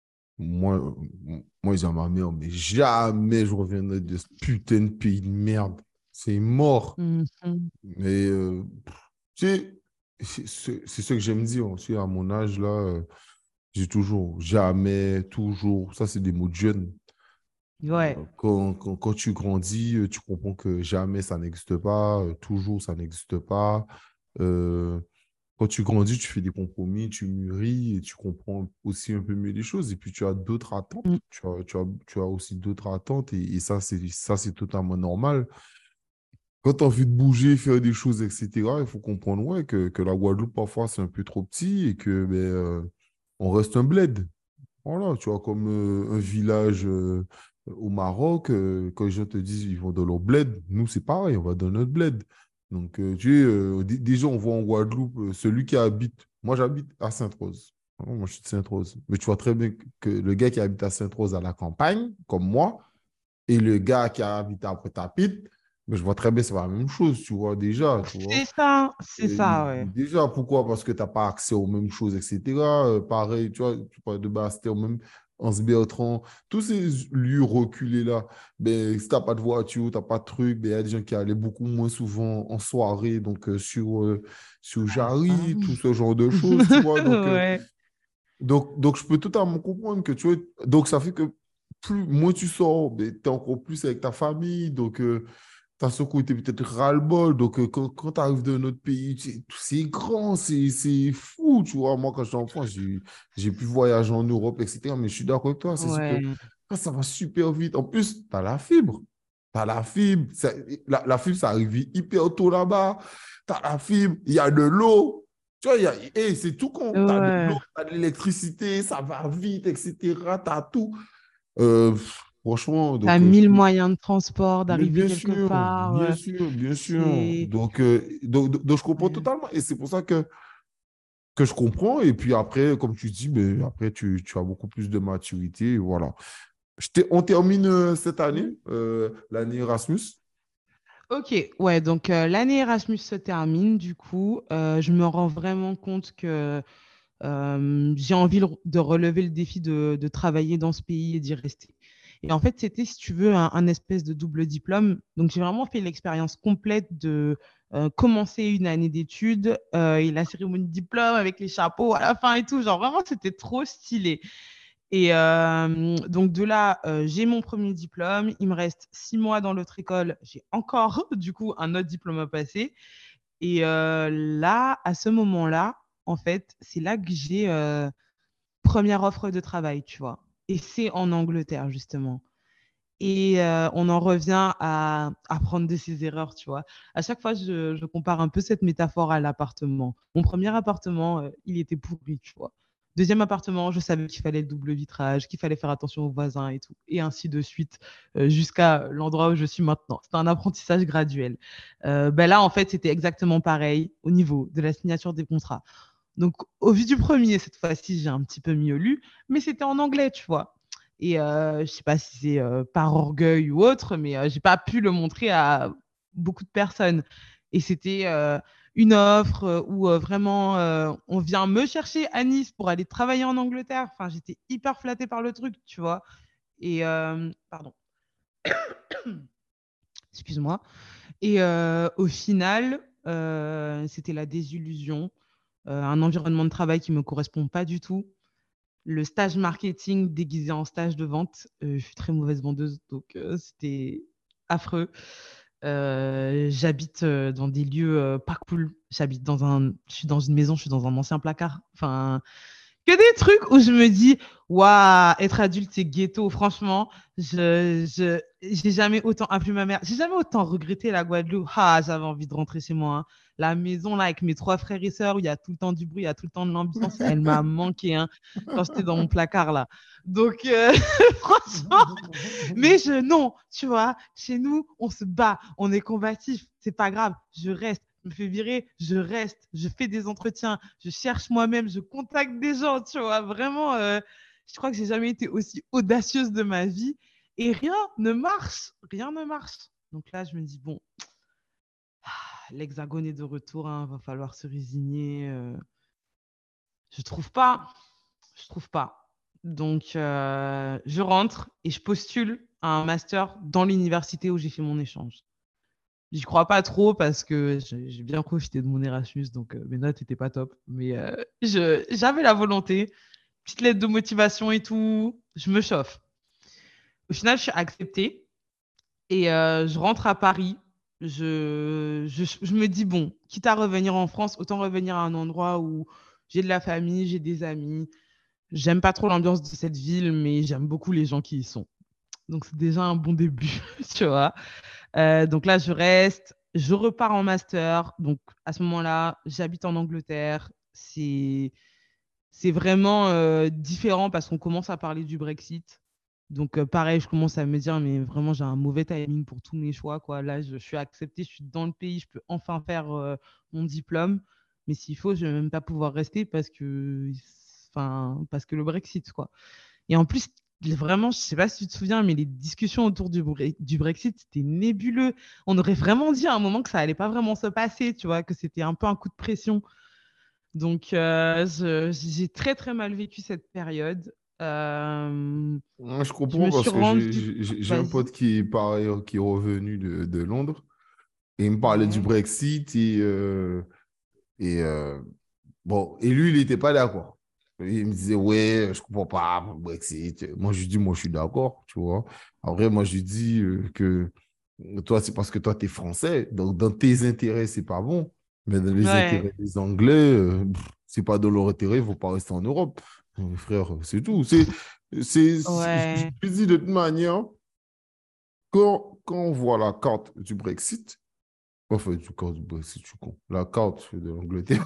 moi, euh, moi, j'ai dit à ma mère, mais jamais je reviendrai de ce putain de pays de merde. C'est mort. Mhm. Mais, euh, tu sais, c'est c'est- c'est ce que j'aime dire. Tu sais, à mon âge, là, euh, j'ai toujours, jamais, toujours. Ça, c'est des mots de jeunes. Ouais. Euh, Quand, quand, quand tu grandis, euh, tu comprends que jamais ça n'existe pas, euh, toujours ça n'existe pas. Euh, Quand tu grandis, tu fais des compromis, tu mûris et tu comprends aussi un peu mieux les choses. Et puis tu as d'autres attentes. Mm. Tu as, tu as, tu as aussi d'autres attentes et, et ça, c'est, ça, c'est totalement normal. Quand tu as envie de bouger, faire des choses, et cetera, il faut comprendre ouais, que, que la Guadeloupe, parfois, c'est un peu trop petit et que ben, euh, on reste un bled. Voilà, tu vois, comme euh, un village euh, au Maroc, euh, quand les gens te disent ils vont dans leur bled, nous, c'est pareil, on va dans notre bled. Donc, euh, tu sais, euh, dé- déjà, on voit en Guadeloupe, euh, celui qui habite, moi, j'habite à Sainte-Rose. Vraiment, moi, je suis de Sainte-Rose. Mais tu vois très bien que que le gars qui habite à Sainte-Rose à la campagne, comme moi, et le gars qui habite à Pointe-à-Pitre, mais je vois très bien, c'est pas la même chose, tu vois, déjà, tu vois. C'est ça, c'est Et ça, ouais. déjà, pourquoi? Parce que tu n'as pas accès aux mêmes choses, et cetera. Euh, pareil, tu vois, tu parles de Bastère, même Anse-Bertrand, tous ces lieux reculés-là, ben, si tu n'as pas de voiture, tu n'as pas de truc, ben, il y a des gens qui allaient beaucoup moins souvent en soirée, donc euh, sur, euh, sur Ouais, ça, Jarry, tout oui. ce genre de choses, tu vois. Donc, euh, Ouais. donc, donc, je peux totalement comprendre que, tu vois, donc ça fait que plus, moins tu sors, ben, tu es encore plus avec ta famille, donc... euh, T'as ce côté peut-être ras-le-bol. Donc, euh, quand, quand tu arrives d'un autre pays, tu- c'est grand, c'est c'est fou. Tu vois, moi, quand j'étais enfant, j'ai j'ai pu voyager en Europe, et cetera. Mais je suis d'accord avec toi, c'est sûr que Ouais. ah, ça va super vite. En plus, tu as la fibre. Tu as la fibre. Ça- la, la fibre, ça arrive hyper tôt là-bas. Tu as la fibre, il y a de l'eau. Tu vois, il y a, et c'est tout con. Tu as de l'eau, Ouais. tu as de l'électricité, ça va vite, et cetera. Tu as tout. Euh, pff, franchement, T'as donc, euh, je mille peux moyens de transport, mais d'arriver bien quelque sûr, part. bien euh, sûr, bien sûr. c'est... Donc, euh, donc, donc, donc je comprends Ouais. totalement. Et c'est pour ça que, que je comprends. Et puis après, comme tu dis, ben, après, tu, tu as beaucoup plus de maturité. Et voilà. Je t'ai- on termine euh, cette année, euh, l'année Erasmus. Ok, ouais, donc euh, l'année Erasmus se termine, du coup, euh, je me rends vraiment compte que euh, j'ai envie le- de relever le défi de, de travailler dans ce pays et d'y rester. Et en fait, c'était, si tu veux, un, un espèce de double diplôme. Donc, j'ai vraiment fait l'expérience complète de euh, commencer une année d'études euh, et la cérémonie de diplôme avec les chapeaux à la fin et tout. Genre, vraiment, c'était trop stylé. Et euh, donc de là, euh, j'ai mon premier diplôme. Il me reste six mois dans l'autre école. J'ai encore du coup un autre diplôme à passer. Et euh, là, à ce moment-là, en fait, c'est là que j'ai euh, première offre de travail, tu vois. Et c'est en Angleterre, justement. Et euh, on en revient à apprendre de ses erreurs, tu vois. À chaque fois, je, je compare un peu cette métaphore à l'appartement. Mon premier appartement, euh, il était pourri, tu vois. Deuxième appartement, je savais qu'il fallait le double vitrage, qu'il fallait faire attention aux voisins et tout. Et ainsi de suite, euh, jusqu'à l'endroit où je suis maintenant. C'est un apprentissage graduel. Euh, ben là, en fait, c'était exactement pareil au niveau de la signature des contrats. Donc, au vu du premier, cette fois-ci, j'ai un petit peu mieux lu, mais c'était en anglais, tu vois. Et euh, je ne sais pas si c'est euh, par orgueil ou autre, mais euh, je n'ai pas pu le montrer à beaucoup de personnes. Et c'était euh, une offre euh, où euh, vraiment euh, on vient me chercher à Nice pour aller travailler en Angleterre. Enfin, j'étais hyper flattée par le truc, tu vois. Et euh, pardon, excuse-moi. Et euh, au final, euh, c'était la désillusion, euh, un environnement de travail qui ne me correspond pas du tout. Le stage marketing déguisé en stage de vente. Euh, je suis très mauvaise vendeuse, donc euh, c'était affreux. Euh, j'habite euh, dans des lieux euh, pas cool. J'habite dans un, je suis dans une maison, je suis dans un ancien placard. Enfin, que des trucs où je me dis, waouh, être adulte, c'est ghetto. Franchement, je, je, j'ai jamais autant appelé ma mère. J'ai jamais autant regretté la Guadeloupe. Ah, j'avais envie de rentrer chez moi, hein. La maison, là, avec mes trois frères et sœurs, où il y a tout le temps du bruit, il y a tout le temps de l'ambiance. Elle m'a manqué, hein, quand j'étais dans mon placard, là. Donc, euh, franchement, mais je, non, tu vois, chez nous, on se bat, on est combatif. C'est pas grave, je reste. Je me fais virer, je reste, je fais des entretiens, je cherche moi-même, je contacte des gens, tu vois. Vraiment, euh, je crois que j'ai jamais été aussi audacieuse de ma vie et rien ne marche, rien ne marche. Donc là, je me dis, bon, l'Hexagone est de retour, hein, va falloir se résigner. Euh, je trouve pas, je trouve pas. Donc, euh, je rentre et je postule à un master dans l'université où j'ai fait mon échange. J'y crois pas trop parce que j'ai bien profité de mon Erasmus, donc euh, mes notes n'étaient pas top. Mais euh, je, j'avais la volonté, petite lettre de motivation et tout, je me chauffe. Au final, je suis acceptée et euh, je rentre à Paris. Je, je, je me dis, bon, quitte à revenir en France, autant revenir à un endroit où j'ai de la famille, j'ai des amis. J'aime pas trop l'ambiance de cette ville, mais j'aime beaucoup les gens qui y sont. Donc, c'est déjà un bon début, tu vois. Euh, donc là, je reste, je repars en master. Donc à ce moment-là, j'habite en Angleterre. C'est, c'est vraiment euh, différent parce qu'on commence à parler du Brexit. Donc euh, pareil, je commence à me dire, mais vraiment, j'ai un mauvais timing pour tous mes choix, quoi. Là, je, je suis acceptée, je suis dans le pays, je peux enfin faire euh, mon diplôme. Mais s'il faut, je ne vais même pas pouvoir rester parce que, enfin, parce que le Brexit, quoi. Et en plus, vraiment, je ne sais pas si tu te souviens, mais les discussions autour du, Bre- du Brexit, c'était nébuleux. On aurait vraiment dit à un moment que ça allait pas vraiment se passer, tu vois, que c'était un peu un coup de pression. Donc, euh, je- j'ai très, très mal vécu cette période. Euh, Ouais, je je comprends me suis parce que j'ai rendue... j'ai- j'ai un Vas-y. pote qui est pareil, qui est revenu de, de Londres et il me parlait du Ouais. Brexit et, euh, et euh, bon, et lui, il n'était pas d'accord. Il me disait, ouais, je comprends pas le Brexit. Moi, je lui dis, moi, je suis d'accord, tu vois. Après, moi, je lui dis euh, que toi, c'est parce que toi, tu es français. Donc, dans tes intérêts, c'est pas bon. Mais dans les Ouais. intérêts des Anglais, euh, pff, c'est pas dans leur intérêt, il ne faut pas rester en Europe. Euh, Frère, c'est tout. C'est, c'est, c'est- je je Ouais. lui dis de toute manière, quand, quand on voit la carte du Brexit, enfin, du carte du Brexit, je suis con, la carte de l'Angleterre,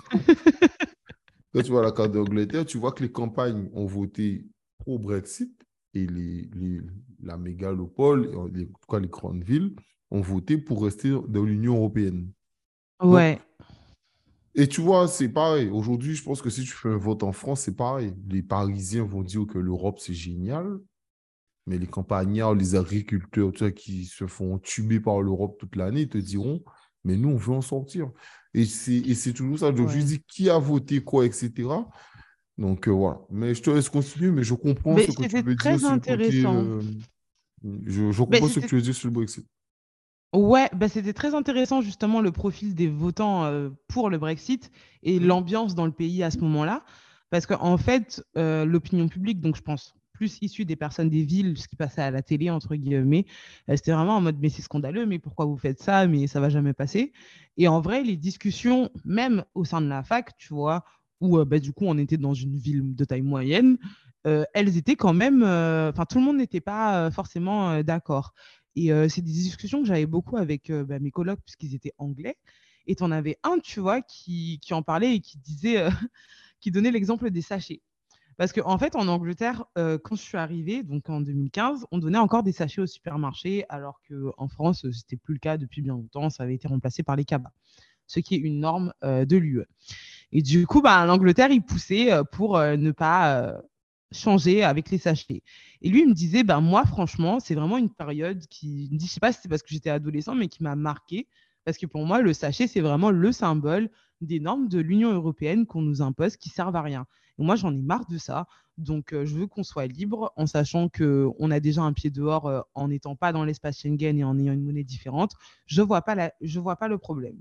quand tu vois la carte d'Angleterre, tu vois que les campagnes ont voté pro-Brexit et les, les- la mégalopole, les, en tout cas les grandes villes, ont voté pour rester dans l'Union européenne. Donc, Ouais. et tu vois, c'est pareil. Aujourd'hui, je pense que si tu fais un vote en France, c'est pareil. Les Parisiens vont dire que l'Europe, c'est génial, mais les campagnards, les agriculteurs, tu vois, qui se font tuer par l'Europe toute l'année, ils te diront, mais nous, on veut en sortir. Et c'est et c'est toujours ça. Donc, je Ouais. dis qui a voté quoi, et cetera. Donc, euh, voilà. Mais je te laisse continuer, mais je comprends Mais ce que tu c'était veux dire très sur le côté. intéressant. euh, je, je Mais comprends ce que c'était tu veux dire sur le Brexit. Ouais, bah c'était très intéressant justement le profil des votants euh, pour le Brexit et Hmm. l'ambiance dans le pays à ce moment-là. Parce qu'en fait, euh, l'opinion publique, donc je pense plus issue des personnes des villes, ce qui passait à la télé, entre guillemets, euh, c'était vraiment en mode, mais c'est scandaleux, mais pourquoi vous faites ça, mais ça va jamais passer. Et en vrai, les discussions, même au sein de la fac, tu vois, où euh, bah, du coup on était dans une ville de taille moyenne, euh, elles étaient quand même, enfin euh, tout le monde n'était pas euh, forcément euh, d'accord. Et euh, c'est des discussions que j'avais beaucoup avec euh, bah, mes colocs puisqu'ils étaient anglais. Et tu en avais un, tu vois, qui, qui en parlait et qui disait, euh, qui donnait l'exemple des sachets. Parce qu'en en fait, en Angleterre, euh, quand je suis arrivée, donc en deux mille quinze, on donnait encore des sachets au supermarché, alors qu'en France, ce n'était plus le cas depuis bien longtemps. Ça avait été remplacé par les cabas, ce qui est une norme euh, de l'U E. Et du coup, bah, l'Angleterre, il poussait euh, pour euh, ne pas euh, changer avec les sachets. Et lui, il me disait, bah, moi, franchement, c'est vraiment une période qui, je ne sais pas si c'est parce que j'étais adolescent, mais qui m'a marqué. Parce que pour moi, le sachet, c'est vraiment le symbole des normes de l'Union européenne qu'on nous impose qui servent à rien. Et moi, j'en ai marre de ça. Donc, euh, je veux qu'on soit libre en sachant qu'on a déjà un pied dehors euh, en n'étant pas dans l'espace Schengen et en ayant une monnaie différente. Je ne vois pas la, je vois pas le problème.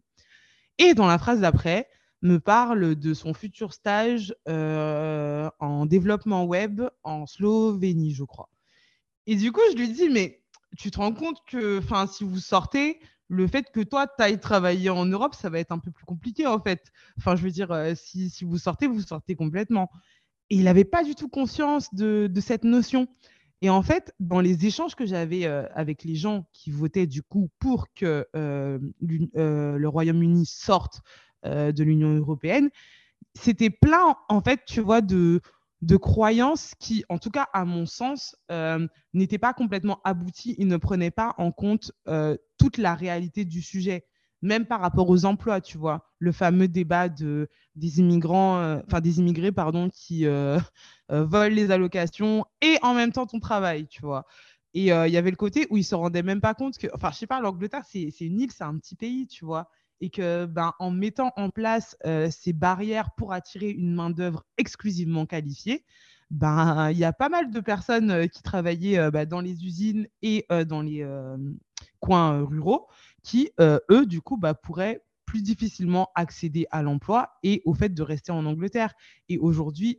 Et dans la phrase d'après, me parle de son futur stage euh, en développement web en Slovénie, je crois. Et du coup, je lui dis, mais tu te rends compte que si vous sortez, le fait que toi, tu ailles travailler en Europe, ça va être un peu plus compliqué, en fait. Enfin, je veux dire, euh, si, si vous sortez, vous sortez complètement. Et il n'avait pas du tout conscience de, de cette notion. Et en fait, dans les échanges que j'avais euh, avec les gens qui votaient du coup pour que euh, euh, le Royaume-Uni sorte euh, de l'Union européenne, c'était plein, en fait, tu vois, de, de croyances qui, en tout cas, à mon sens, euh, n'étaient pas complètement abouties. Ils ne prenaient pas en compte euh, toute la réalité du sujet, même par rapport aux emplois, tu vois. Le fameux débat de, des immigrants, enfin euh, des immigrés, pardon, qui euh, euh, volent les allocations et en même temps ton travail, tu vois. Et il euh, y avait le côté où ils se rendaient même pas compte que, enfin, je sais pas, l'Angleterre, c'est, c'est une île, c'est un petit pays, tu vois. Et que, ben, en mettant en place euh, ces barrières pour attirer une main-d'œuvre exclusivement qualifiée, ben, il y a pas mal de personnes euh, qui travaillaient euh, ben, dans les usines et euh, dans les euh, coins euh, ruraux qui, euh, eux, du coup, ben, pourraient plus difficilement accéder à l'emploi et au fait de rester en Angleterre. Et aujourd'hui,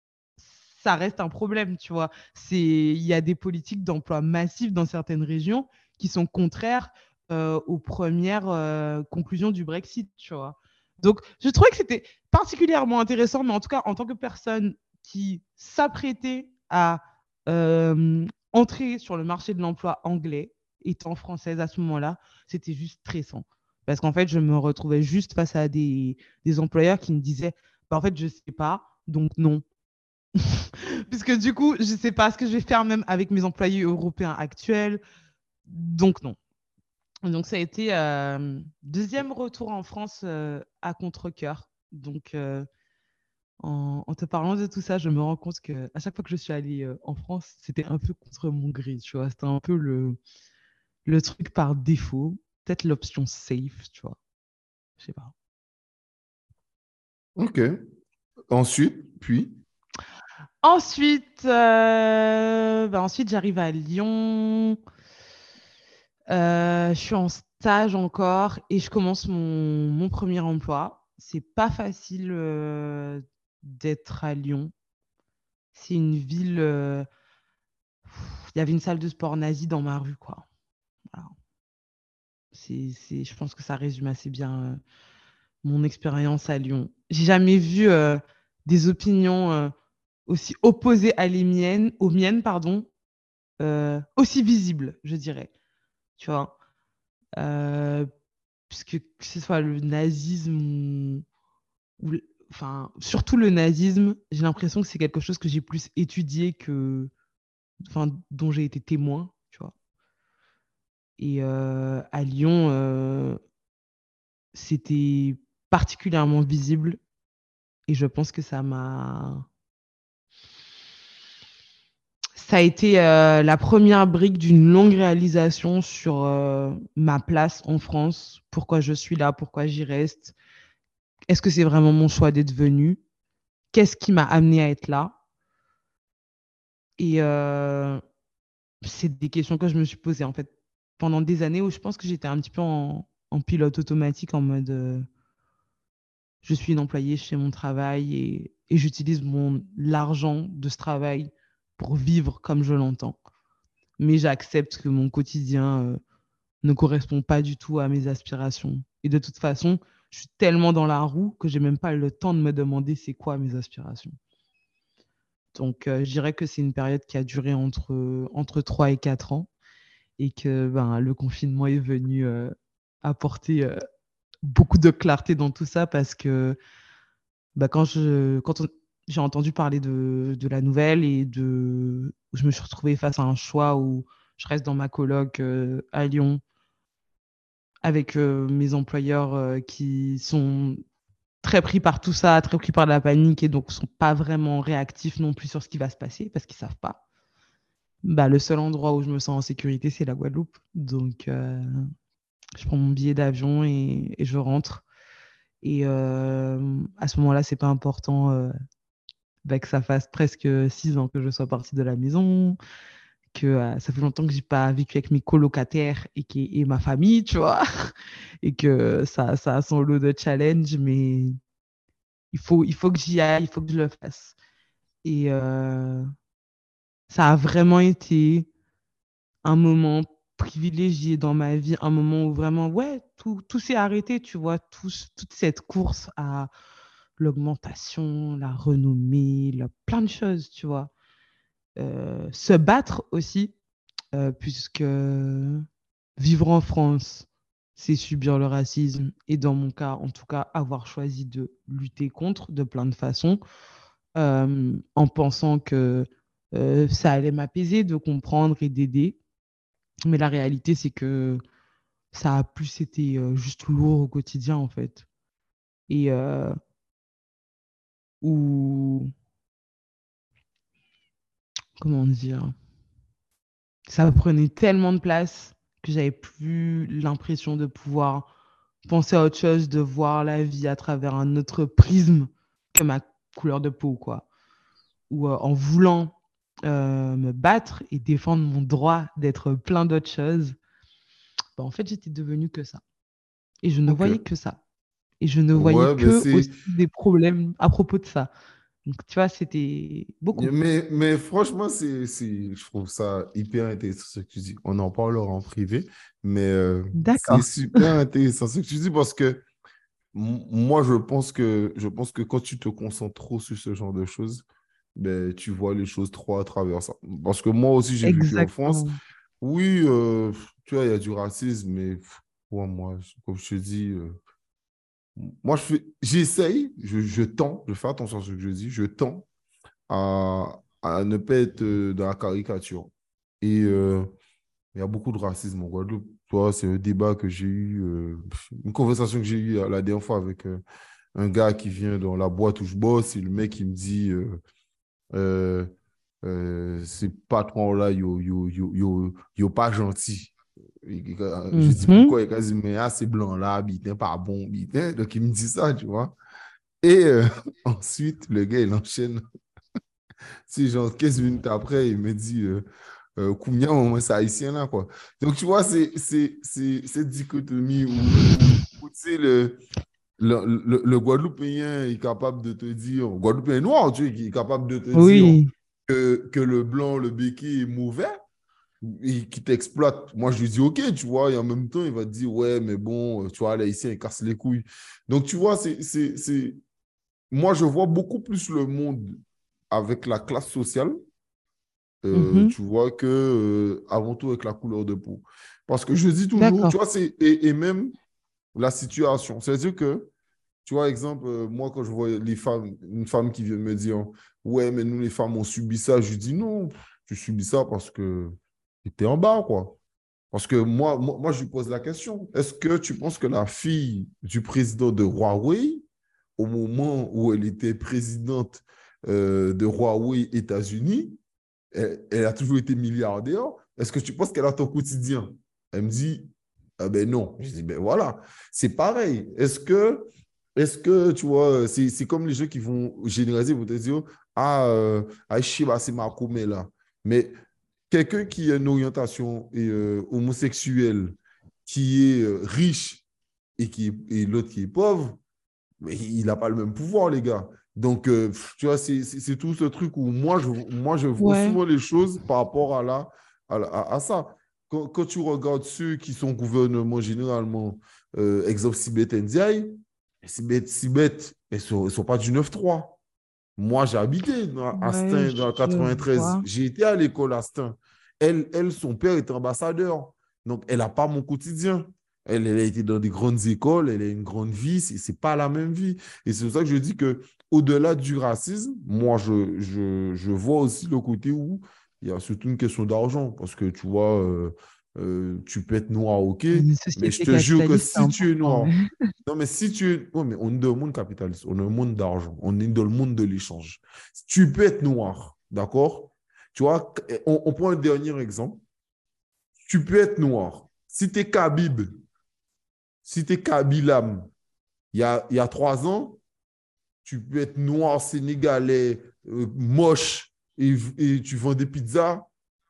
ça reste un problème, tu vois. Il y a des politiques d'emploi massifs dans certaines régions qui sont contraires euh, aux premières euh, conclusions du Brexit, tu vois. Donc, je trouvais que c'était particulièrement intéressant, mais en tout cas, en tant que personne qui s'apprêtait à euh, entrer sur le marché de l'emploi anglais, étant française à ce moment-là, c'était juste stressant. Parce qu'en fait, je me retrouvais juste face à des, des employeurs qui me disaient, bah, en fait, je ne sais pas, donc non. Puisque du coup, je ne sais pas ce que je vais faire même avec mes employés européens actuels. Donc, non. Donc, ça a été euh, deuxième retour en France euh, à contre-cœur. Donc, euh, en, en te parlant de tout ça, je me rends compte qu'à chaque fois que je suis allée euh, en France, c'était un peu contre mon gré, tu vois. C'était un peu le, le truc par défaut. Peut-être l'option safe, tu vois. Je sais pas. Ok. Ensuite, puis. Ensuite, euh, bah ensuite j'arrive à Lyon. Euh, je suis en stage encore et je commence mon, mon premier emploi. C'est pas facile euh, d'être à Lyon. C'est une ville. euh, Il y avait une salle de sport nazie dans ma rue, quoi. Voilà. C'est, c'est, je pense que ça résume assez bien euh, mon expérience à Lyon. J'ai jamais vu euh, des opinions euh, aussi opposées à les miennes, aux miennes, pardon, euh, aussi visibles, je dirais. Tu vois. Euh, puisque que ce soit le nazisme ou, ou enfin, surtout le nazisme, j'ai l'impression que c'est quelque chose que j'ai plus étudié que, enfin, dont j'ai été témoin, tu vois. Et euh, à Lyon, euh, c'était particulièrement visible et je pense que ça m'a... Ça a été euh, la première brique d'une longue réalisation sur euh, ma place en France, pourquoi je suis là, pourquoi j'y reste. Est-ce que c'est vraiment mon choix d'être venu? Qu'est-ce qui m'a amené à être là? Et euh, c'est des questions que je me suis posées en fait pendant des années où je pense que j'étais un petit peu en, en pilote automatique en mode euh, je suis une employée, je fais mon travail et, et j'utilise mon l'argent de ce travail pour vivre comme je l'entends. Mais j'accepte que mon quotidien euh, ne correspond pas du tout à mes aspirations. Et de toute façon, je suis tellement dans la roue que j'ai même pas le temps de me demander c'est quoi mes aspirations. Donc, euh, je dirais que c'est une période qui a duré entre, entre trois et quatre ans et que ben, le confinement est venu euh, apporter euh, beaucoup de clarté dans tout ça parce que ben, quand, je, quand on- j'ai entendu parler de, de la nouvelle et de, je me suis retrouvée face à un choix où je reste dans ma coloc euh, à Lyon avec euh, mes employeurs euh, qui sont très pris par tout ça, très pris par la panique et donc sont pas vraiment réactifs non plus sur ce qui va se passer parce qu'ils savent pas. Bah, le seul endroit où je me sens en sécurité, c'est la Guadeloupe. Donc, euh, je prends mon billet d'avion et, et je rentre. Et euh, à ce moment-là, c'est pas important euh, bah, que ça fasse presque six ans que je sois partie de la maison, que euh, ça fait longtemps que j'ai pas vécu avec mes colocataires et, qui, et ma famille, tu vois, et que ça, ça a son lot de challenges, mais il faut, il faut que j'y aille, il faut que je le fasse. Et euh, ça a vraiment été un moment privilégié dans ma vie, un moment où vraiment, ouais, tout, tout s'est arrêté, tu vois, tout, toute cette course à l'augmentation, la renommée, la, plein de choses, tu vois. Euh, se battre aussi, euh, puisque vivre en France, c'est subir le racisme et dans mon cas, en tout cas, avoir choisi de lutter contre de plein de façons, euh, en pensant que euh, ça allait m'apaiser de comprendre et d'aider. Mais la réalité, c'est que ça a plus été euh, juste lourd au quotidien, en fait. Et euh, où, comment dire, ça prenait tellement de place que j'avais plus l'impression de pouvoir penser à autre chose, de voir la vie à travers un autre prisme que ma couleur de peau, quoi. Ou euh, en voulant euh, me battre et défendre mon droit d'être plein d'autres choses, bah, en fait, j'étais devenue que ça. Et je ne Ok. voyais que ça. Et je ne voyais Ouais, ben que c'est. aussi des problèmes à propos de ça. Donc, tu vois, c'était beaucoup. Mais, mais franchement, c'est, c'est, je trouve ça hyper intéressant ce que tu dis. On en parlera en privé, mais euh, c'est D'accord. super intéressant ce que tu dis parce que m- moi, je pense que, je pense que quand tu te concentres trop sur ce genre de choses, ben, tu vois les choses trop à travers ça. Parce que moi aussi, j'ai vécu en France. Exactement. Oui, euh, tu vois, il y a du racisme, mais pff, ouais, moi, comme je te dis, euh, moi, je fais, j'essaye, je, je tends, je fais attention à ce que je dis, je tends à, à ne pas être euh, dans la caricature. Et euh, il y a beaucoup de racisme en Guadeloupe. Tu vois, c'est un débat que j'ai eu, euh, une conversation que j'ai eue la dernière fois avec euh, un gars qui vient dans la boîte où je bosse et le mec, il me dit euh, euh, euh, ces patrons-là, yo, yo, yo, yo, yo pas gentil. Je dis Mhm. pourquoi? Il a dit, mais ah, ces blancs-là, bitin, pas bon, bitin. Donc, il me dit ça, tu vois. Et euh, ensuite, le gars, il enchaîne. Si, genre, quinze minutes après, il me dit, euh, euh, combien au moins c'est haïtien là, quoi. Donc, tu vois, c'est c'est- c'est cette dichotomie où, où, où, tu sais, le, le, le, le Guadeloupéen est capable de te dire, Guadeloupéen noir, tu sais, qui est capable de te dire Oui, que, que le blanc, le béquet est mauvais et qui t'exploite. Moi, je lui dis, OK, tu vois, et en même temps, il va te dire, ouais, mais bon, euh, tu vois, l'haïtien, il casse les couilles. Donc, tu vois, c'est, c'est, c'est... moi, je vois beaucoup plus le monde avec la classe sociale, euh, mhm. tu vois, que euh, avant tout avec la couleur de peau. Parce que je dis toujours, tu D'accord. vois, c'est, et, et même la situation. C'est-à-dire que, tu vois, exemple, euh, moi, quand je vois les femmes, une femme qui vient me dire, ouais, mais nous, les femmes, on subit ça, je lui dis, non, pff, tu subis ça parce que tu es en bas, quoi. Parce que moi, moi, moi, je lui pose la question, est-ce que tu penses que la fille du président de Huawei, au moment où elle était présidente euh, de Huawei États-Unis, elle, elle a toujours été milliardaire, est-ce que tu penses qu'elle a ton quotidien? Elle me dit, ah ben non. Je dis, ben voilà, c'est pareil. Est-ce que, est-ce que, tu vois, c'est, c'est comme les gens qui vont généraliser, vont te dire, ah, euh, ah, je sais pas, c'est ma commère là. Mais quelqu'un qui a une orientation et, euh, homosexuelle, qui est euh, riche et, qui est- et l'autre qui est pauvre, mais il n'a pas le même pouvoir, les gars. Donc, euh, tu vois, c'est c'est- c'est tout ce truc où moi je, moi, je vois Ouais. souvent les choses par rapport à, la, à, la- à- à ça. Quand, quand tu regardes ceux qui sont au gouvernement généralement, euh, exemple Sibeth Ndiaye, Sibeth, Sibeth, elles ne sont, elles sont pas du neuf trois. Moi, j'ai habité dans- à Ouais, Stein dans le je quatre-vingt-treize. vois. J'ai été à l'école à Stein. Elle, elle, son père est ambassadeur. Donc, elle n'a pas mon quotidien. Elle, elle a été dans des grandes écoles, elle a une grande vie, c'est c'est pas la même vie. Et c'est pour ça que je dis que au-delà du racisme, moi, je, je, je vois aussi le côté où il y a surtout une question d'argent. Parce que tu vois, euh, euh, tu peux être noir, ok, Une mais je société te jure que capitaliste, c'est si tu es important. noir, non, mais si tu es. Ouais, mais on est dans le monde capitaliste, on est dans le monde d'argent, on est dans le monde de l'échange. Tu peux être noir, d'accord? Tu vois, on, on prend un dernier exemple. Tu peux être noir. Si tu es Khabib, si tu es Kabilam, il y a, il y a trois ans, tu peux être noir, sénégalais, euh, moche, et, et tu vends des pizzas.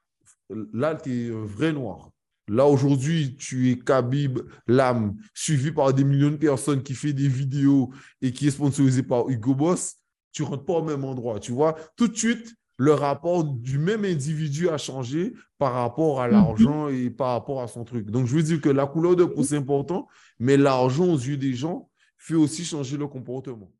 Là, tu es un vrai noir. Là, aujourd'hui, tu es Khabib Lam, suivi par des millions de personnes qui fait des vidéos et qui est sponsorisé par Hugo Boss. Tu ne rentres pas au même endroit. Tu vois, tout de suite, le rapport du même individu a changé par rapport à Mhm. l'argent et par rapport à son truc. Donc, je veux dire que la couleur de peau, c'est important, mais l'argent aux yeux des gens fait aussi changer le comportement.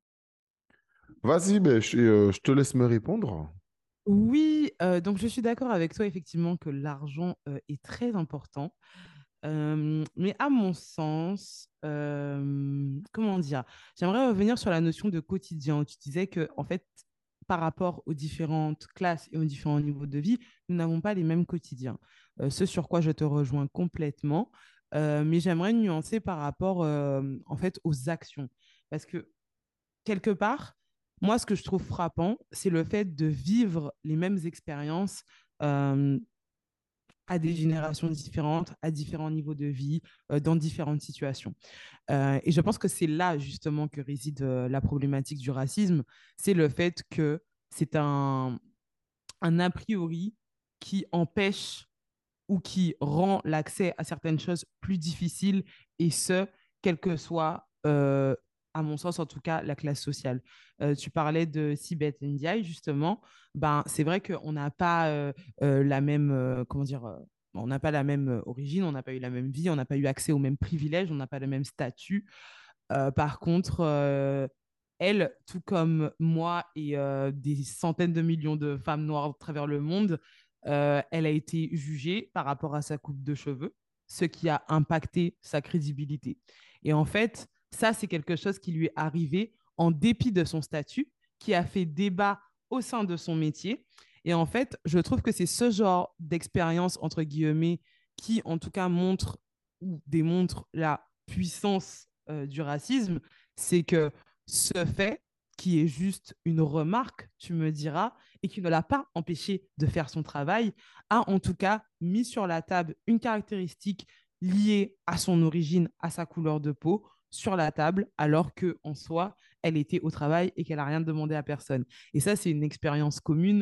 Vas-y, ben, je, euh, je te laisse me répondre. Oui, euh, donc je suis d'accord avec toi, effectivement, que l'argent euh, est très important. Euh, mais à mon sens, euh, comment dire, j'aimerais revenir sur la notion de quotidien. Où tu disais que, en fait, par rapport aux différentes classes et aux différents niveaux de vie, nous n'avons pas les mêmes quotidiens. Euh, ce sur quoi je te rejoins complètement. Euh, mais j'aimerais nuancer par rapport, euh, en fait, aux actions. Parce que quelque part, moi, ce que je trouve frappant, c'est le fait de vivre les mêmes expériences euh, à des générations différentes, à différents niveaux de vie, euh, dans différentes situations. Euh, et je pense que c'est là justement que réside euh, la problématique du racisme, c'est le fait que c'est un, un a priori qui empêche ou qui rend l'accès à certaines choses plus difficiles, et ce, quelle que soit, euh, à mon sens en tout cas, la classe sociale. Euh, tu parlais de Sibeth Ndiaye, justement. Ben, c'est vrai qu'on n'a pas euh, euh, la même, euh, comment dire, euh, on n'a pas la même euh, origine, on n'a pas eu la même vie, on n'a pas eu accès aux mêmes privilèges, on n'a pas le même statut. Euh, par contre, euh, elle, tout comme moi et euh, des centaines de millions de femmes noires à travers le monde, euh, elle a été jugée par rapport à sa coupe de cheveux, ce qui a impacté sa crédibilité. Et en fait, ça, c'est quelque chose qui lui est arrivé en dépit de son statut, qui a fait débat au sein de son métier. Et en fait, je trouve que c'est ce genre d'expérience, entre guillemets, qui, en tout cas, montre ou démontre la puissance euh, du racisme, c'est que ce fait, qui est juste une remarque, tu me diras, et qui ne l'a pas empêché de faire son travail, a en tout cas mis sur la table une caractéristique liée à son origine, à sa couleur de peau, sur la table, alors que en soi, elle était au travail et qu'elle n'a rien demandé à personne. Et ça, c'est une expérience commune,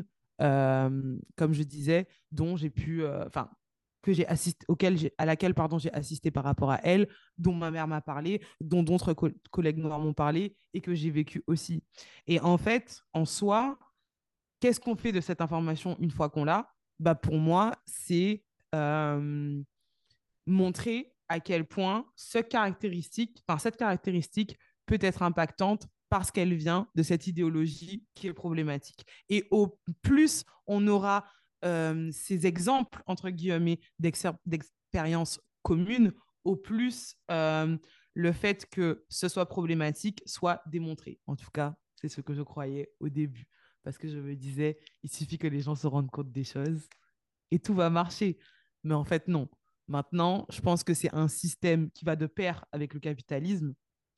euh, comme je disais, dont j'ai pu, enfin, euh, que j'ai assisté, auquel j'ai, à laquelle pardon, j'ai assisté par rapport à elle, dont ma mère m'a parlé, dont d'autres co- collègues noirs m'ont parlé et que j'ai vécu aussi. Et en fait, en soi, qu'est-ce qu'on fait de cette information une fois qu'on l'a? Bah, pour moi, c'est euh, montrer à quel point ce caractéristique, enfin, cette caractéristique peut être impactante parce qu'elle vient de cette idéologie qui est problématique. Et au plus on aura euh, ces exemples, entre guillemets, d'expériences communes, au plus euh, le fait que ce soit problématique soit démontré. En tout cas, c'est ce que je croyais au début. Parce que je me disais, il suffit que les gens se rendent compte des choses et tout va marcher. Mais en fait, non. Maintenant, je pense que c'est un système qui va de pair avec le capitalisme,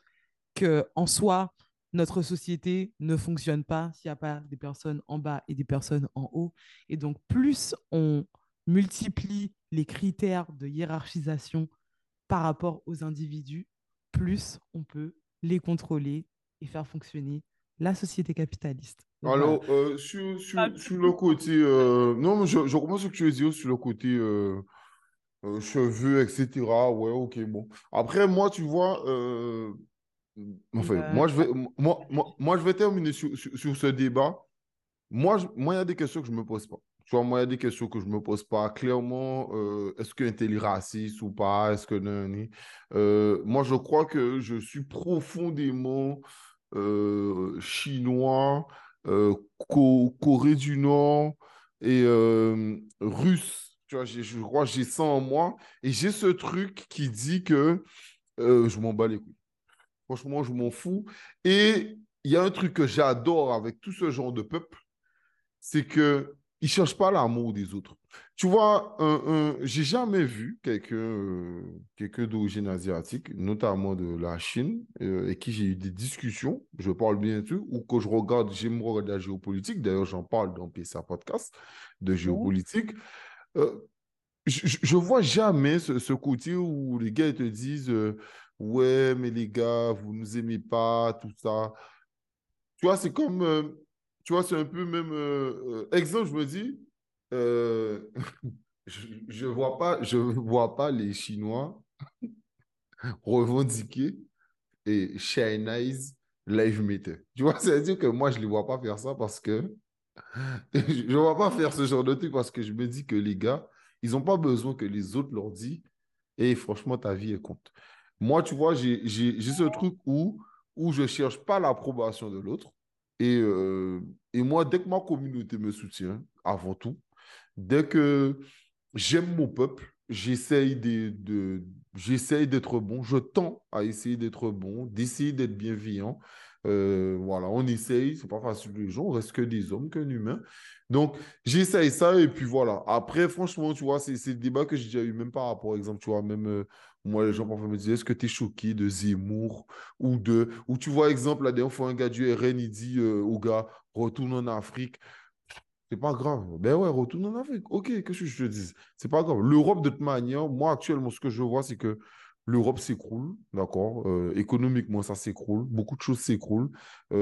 que en soi, notre société ne fonctionne pas s'il n'y a pas des personnes en bas et des personnes en haut. Et donc, plus on multiplie les critères de hiérarchisation par rapport aux individus, plus on peut les contrôler et faire fonctionner la société capitaliste. Donc voilà. Alors, euh, sur, Ah, sur, du sur le coup, côté... euh, non, mais je, je comprends ce que tu veux dire sur le côté euh, euh, cheveux, et cetera. Ouais, ok, bon. Après, moi, tu vois... euh, enfin, euh, moi, je vais, moi, moi, moi, je vais terminer sur, sur, sur ce débat. Moi, je- moi, il y a des questions que je ne me pose pas. Tu vois, moi, il y a des questions que je ne me pose pas. Clairement, euh, est-ce qu'un tel est raciste ou pas? Est-ce que... nanani? Euh, moi, je crois que je suis profondément euh, chinois, euh, Co- Corée du Nord et euh, Russe. Tu vois, j'ai- je crois que j'ai ça en moi. Et j'ai ce truc qui dit que euh, je m'en bats les couilles. Franchement, je m'en fous. Et il y a un truc que j'adore avec tout ce genre de peuple, c'est que ils cherchent pas l'amour des autres. Tu vois, un, un- j'ai jamais vu quelqu'un euh, quelqu'un d'origine asiatique, notamment de la Chine, euh, et qui j'ai eu des discussions, je parle bien tout, ou que je regarde, j'aime regarder la géopolitique, d'ailleurs j'en parle dans P C A Podcast de Mhm. géopolitique. Euh, je, je je vois jamais ce, ce côté où les gars ils te disent euh, ouais, mais les gars, vous nous aimez pas, tout ça. Tu vois, c'est comme, euh, tu vois, c'est un peu même, euh, euh, exemple, je me dis, euh, je, je vois pas, je vois pas les Chinois revendiquer et Chinese live meter. Tu vois, c'est-à-dire que moi, je les vois pas faire ça parce que je ne vois pas faire ce genre de truc parce que je me dis que les gars, ils n'ont pas besoin que les autres leur disent, et franchement, ta vie est compte. Moi, tu vois, j'ai j'ai- j'ai ce truc où, où je ne cherche pas l'approbation de l'autre. Et, euh, et moi, dès que ma communauté me soutient, avant tout, dès que j'aime mon peuple, j'essaye de, de- j'essaye d'être bon, je tends à essayer d'être bon, d'essayer d'être bienveillant. Euh, voilà, on essaye, c'est pas facile tous les jours, on reste que des hommes, qu'un humain. Donc, j'essaye ça et puis voilà. Après, franchement, tu vois, c'est c'est le débat que j'ai déjà eu, même par rapport, exemple, tu vois, même euh, moi, les gens parfois me disaient, est-ce que tu es choqué de Zemmour ou de. Ou tu vois, exemple, la dernière fois, un gars du R N, il dit euh, au gars, retourne en Afrique. C'est pas grave. Ben ouais, retourne en Afrique. Ok, qu'est-ce que je te dis? C'est pas grave. L'Europe, de toute manière, moi, actuellement, ce que je vois, c'est que l'Europe s'écroule, d'accord? Euh, économiquement, ça s'écroule. Beaucoup de choses s'écroulent.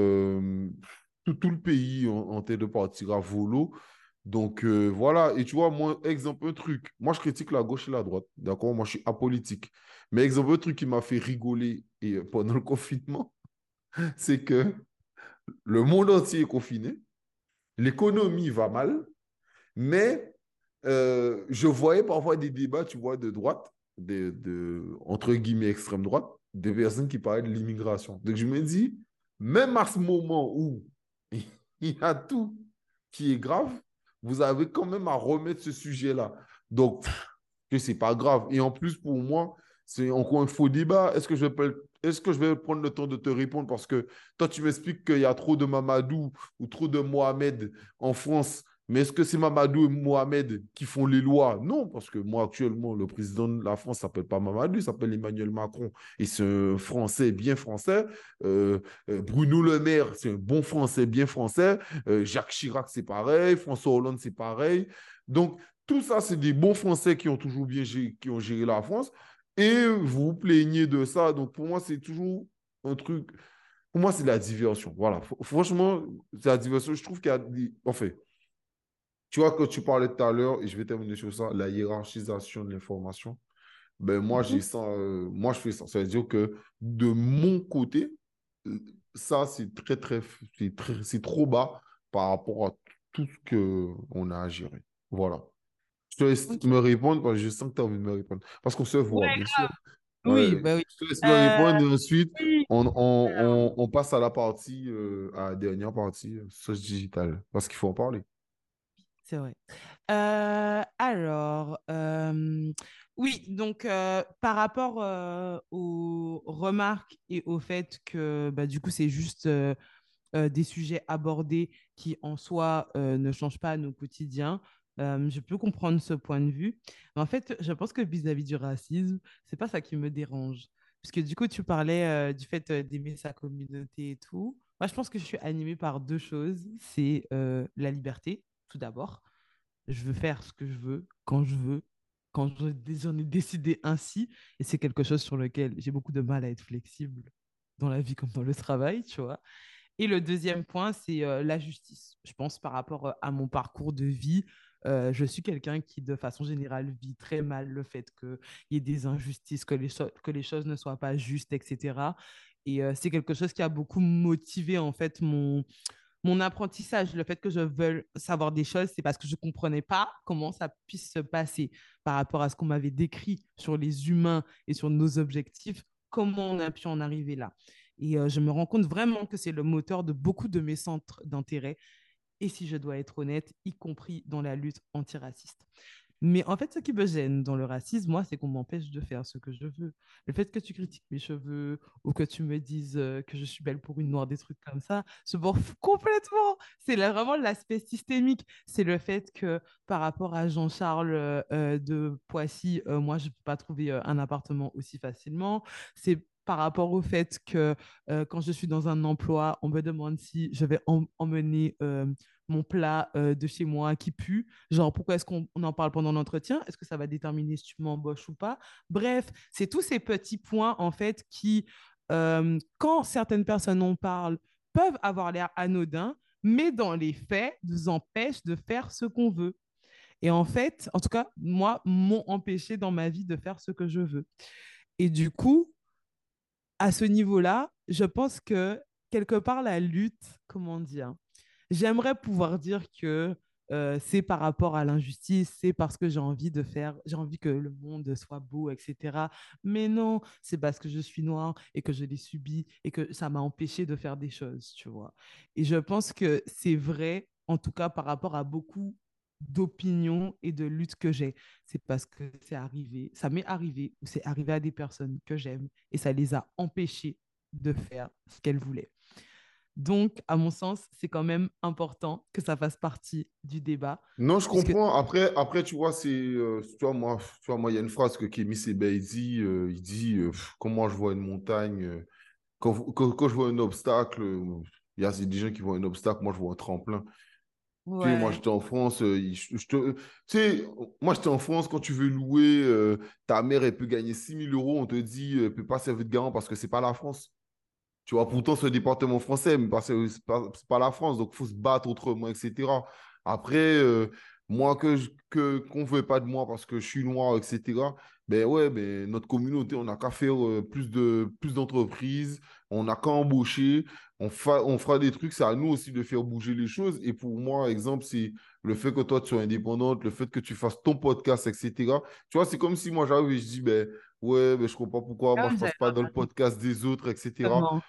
Euh, tout, tout le pays en, en tête de partir à volo. Donc, euh, voilà. Et tu vois, moi, exemple, un truc. Moi, je critique la gauche et la droite, d'accord? Moi, je suis apolitique. Mais exemple, un truc qui m'a fait rigoler et, euh, pendant le confinement, c'est que le monde entier est confiné. L'économie va mal. Mais euh, je voyais parfois des débats, tu vois, de droite, de, de, entre guillemets extrême droite, des personnes qui parlaient de l'immigration. Donc je me dis, même à ce moment où il y a tout qui est grave, vous avez quand même à remettre ce sujet-là. Donc, que c'est pas grave. Et en plus, pour moi, c'est encore un faux débat. Est-ce que je vais, pas- est-ce que je vais prendre le temps de te répondre parce que toi, tu m'expliques qu'il y a trop de Mamadou ou trop de Mohamed en France. Mais est-ce que c'est Mamadou et Mohamed qui font les lois? Non, parce que moi, actuellement, le président de la France s'appelle pas Mamadou, il s'appelle Emmanuel Macron. Et c'est un Français bien français. Euh, euh, Bruno Le Maire, c'est un bon Français bien français. Euh, Jacques Chirac, c'est pareil. François Hollande, c'est pareil. Donc, tout ça, c'est des bons Français qui ont toujours bien géré, qui ont géré la France. Et vous vous plaignez de ça. Donc, pour moi, c'est toujours un truc. Pour moi, c'est de la diversion. Voilà. F- franchement, c'est la diversion. Je trouve qu'il y a des. En fait, tu vois, quand tu parlais tout à l'heure, et je vais terminer sur ça, la hiérarchisation de l'information. Ben, moi, j'ai ça. Euh, moi, je fais ça. Ça veut dire que de mon côté, euh, ça, c'est très, très. C'est très, c'est trop bas par rapport à tout ce qu'on a à gérer. Voilà. Je te laisse Ok. me répondre parce que je sens que tu as envie de me répondre. Parce qu'on se voit, Ouais, bien sûr. oui, Ouais, bah oui. je te laisse me Euh, répondre et ensuite, oui, on, on, on, on passe à la partie, euh, à la dernière partie, euh, sauce digitale. Parce qu'il faut en parler. c'est vrai. Euh, alors, euh, oui, donc euh, par rapport euh, aux remarques et au fait que bah, du coup, c'est juste euh, euh, des sujets abordés qui en soi euh, ne changent pas nos quotidiens. Euh, je peux comprendre ce point de vue. Mais en fait, je pense que vis-à-vis du racisme, c'est pas ça qui me dérange. Parce que du coup, tu parlais euh, du fait euh, d'aimer sa communauté et tout. Moi, je pense que je suis animée par deux choses. C'est euh, la liberté, tout d'abord. Je veux faire ce que je veux, quand je veux, quand je- j'en ai décidé ainsi. Et c'est quelque chose sur lequel j'ai beaucoup de mal à être flexible dans la vie comme dans le travail, tu vois. Et le deuxième point, c'est euh, la justice. Je pense par rapport euh, à mon parcours de vie, euh, je suis quelqu'un qui, de façon générale, vit très mal le fait qu'il y ait des injustices, que les, cho- que les choses ne soient pas justes, et cetera. Et euh, c'est quelque chose qui a beaucoup motivé, en fait, mon, mon apprentissage. Le fait que je veuille savoir des choses, c'est parce que je ne comprenais pas comment ça puisse se passer par rapport à ce qu'on m'avait décrit sur les humains et sur nos objectifs, comment on a pu en arriver là. Et euh, je me rends compte vraiment que c'est le moteur de beaucoup de mes centres d'intérêt. Et si je dois être honnête, y compris dans la lutte antiraciste. Mais en fait, ce qui me gêne dans le racisme, moi, c'est qu'on m'empêche de faire ce que je veux. Le fait que tu critiques mes cheveux ou que tu me dises euh, que je suis belle pour une noire, des trucs comme ça, je m'en fous complètement. C'est là, vraiment l'aspect systémique. C'est le fait que par rapport à Jean-Charles euh, euh, de Poissy, euh, moi, je ne peux pas trouver euh, un appartement aussi facilement. C'est par rapport au fait que euh, quand je suis dans un emploi, on me demande si je vais em- emmener euh, mon plat euh, de chez moi qui pue. Genre, pourquoi est-ce qu'on on en parle pendant l'entretien? Est-ce que ça va déterminer si tu m'embauches ou pas? Bref, c'est tous ces petits points, en fait, qui, euh, quand certaines personnes en parlent, peuvent avoir l'air anodins, mais dans les faits, nous empêchent de faire ce qu'on veut. Et en fait, en tout cas, moi, m'ont empêché dans ma vie de faire ce que je veux. Et du coup, à ce niveau-là, je pense que quelque part, la lutte, comment dire, j'aimerais pouvoir dire que euh, c'est par rapport à l'injustice, c'est parce que j'ai envie de faire, j'ai envie que le monde soit beau, et cetera. Mais non, c'est parce que je suis noire et que je l'ai subi et que ça m'a empêché de faire des choses, tu vois. Et je pense que c'est vrai, en tout cas par rapport à beaucoup d'opinions et de luttes que j'ai. C'est parce que c'est arrivé, ça m'est arrivé ou c'est arrivé à des personnes que j'aime et ça les a empêchées de faire ce qu'elles voulaient. Donc, à mon sens, c'est quand même important que ça fasse partie du débat, Non, je puisque... comprends. Après, après tu vois, c'est, euh, tu vois, moi, tu vois, moi, il y a une phrase que Kémy Seba, il dit, euh, il dit, euh, pff, comment je vois une montagne, euh, quand, quand, quand je vois un obstacle, euh, il y a des gens qui voient un obstacle, moi, je vois un tremplin. Tu sais, moi, Ouais, j'étais en France, euh, je, je te, tu sais, moi, j'étais en France, quand tu veux louer, euh, ta mère, elle peut gagner six mille euros, on te dit, euh, elle peut pas servir de garant parce que c'est pas la France. Tu vois, pourtant, c'est un département français, mais parce que c'est pas, c'est pas la France, donc il faut se battre autrement, et cetera. Après, euh, moi, que, je- que, qu'on ne veut pas de moi parce que je suis noir, et cetera, ben ouais, ben notre communauté, on n'a qu'à faire euh, plus de, plus d'entreprises, on n'a qu'à embaucher, on, fa- on fera des trucs, c'est à nous aussi de faire bouger les choses. Et pour moi, exemple, c'est le fait que toi, tu sois indépendante, le fait que tu fasses ton podcast, et cetera. Tu vois, c'est comme si moi, j'arrive et je dis, ben ouais, ben, je comprends pourquoi moi, je comme passe j'avais pas dans le podcast des autres, et cetera. vraiment.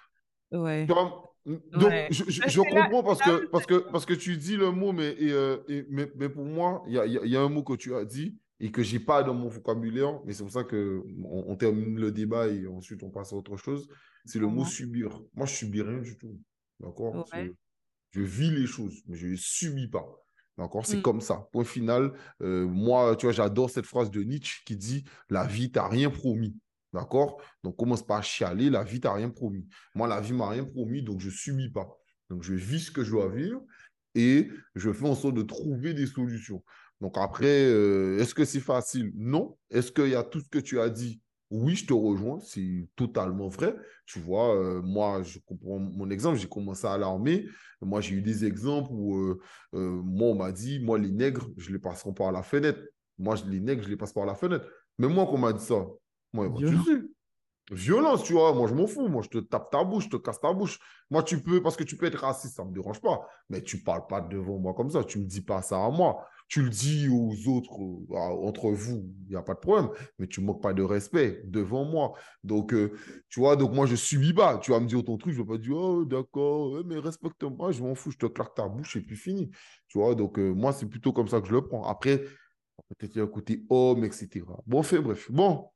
Tu Ouais, vois, donc, ouais. je, je- Mais je c'est là, comprends parce c'est là où que, parce je- que, parce que tu dis le mot, mais, et, euh, et- mais, mais pour moi, il y a, il y a- il y a un mot que tu as dit et que j'ai pas dans mon vocabulaire, mais c'est pour ça que on, on termine le débat et ensuite on passe à autre chose. C'est le mot Mhm. subir. Moi, je subis rien du tout. D'accord? Ouais. C'est- Je vis les choses, mais je ne les subis pas. D'accord? C'est Mm. comme ça. Point final. Euh, moi, tu vois, j'adore cette phrase de Nietzsche qui dit, la vie t'a rien promis. D'accord? Donc, commence pas à chialer, la vie t'a rien promis. Moi, la vie m'a rien promis, donc je ne subis pas. Donc, je vis ce que je dois vivre et je fais en sorte de trouver des solutions. Donc, après, euh, est-ce que c'est facile? Non. Est-ce qu'il y a tout ce que tu as dit? Oui, je te rejoins, c'est totalement vrai. Tu vois, euh, moi, je comprends mon exemple, j'ai commencé à l'armée. Moi, j'ai eu des exemples où, euh, euh, moi, on m'a dit, moi, les nègres, je les passerai par la fenêtre. Moi, je- les nègres, je les passe par la fenêtre. Mais moi, qu'on m'a dit ça, moi, il n'y a pas de Violent. souci. Violence, tu vois, moi je m'en fous, moi je te tape ta bouche, je te casse ta bouche. Moi tu peux, parce que tu peux être raciste, ça ne me dérange pas, mais tu parles pas devant moi comme ça, tu me dis pas ça à moi. Tu le dis aux autres, euh, à- entre vous, il n'y a pas de problème, mais tu ne manques pas de respect devant moi. Donc, euh, tu vois, donc moi je subis pas. Tu vas me dire ton truc, je ne vais pas dire, oh d'accord, ouais, mais respecte-moi, je m'en fous, je te claque ta bouche et puis fini. Tu vois, donc euh, moi c'est plutôt comme ça que je le prends. Après, peut-être il y a un côté homme, et cetera. Bon, fait bref. Bon.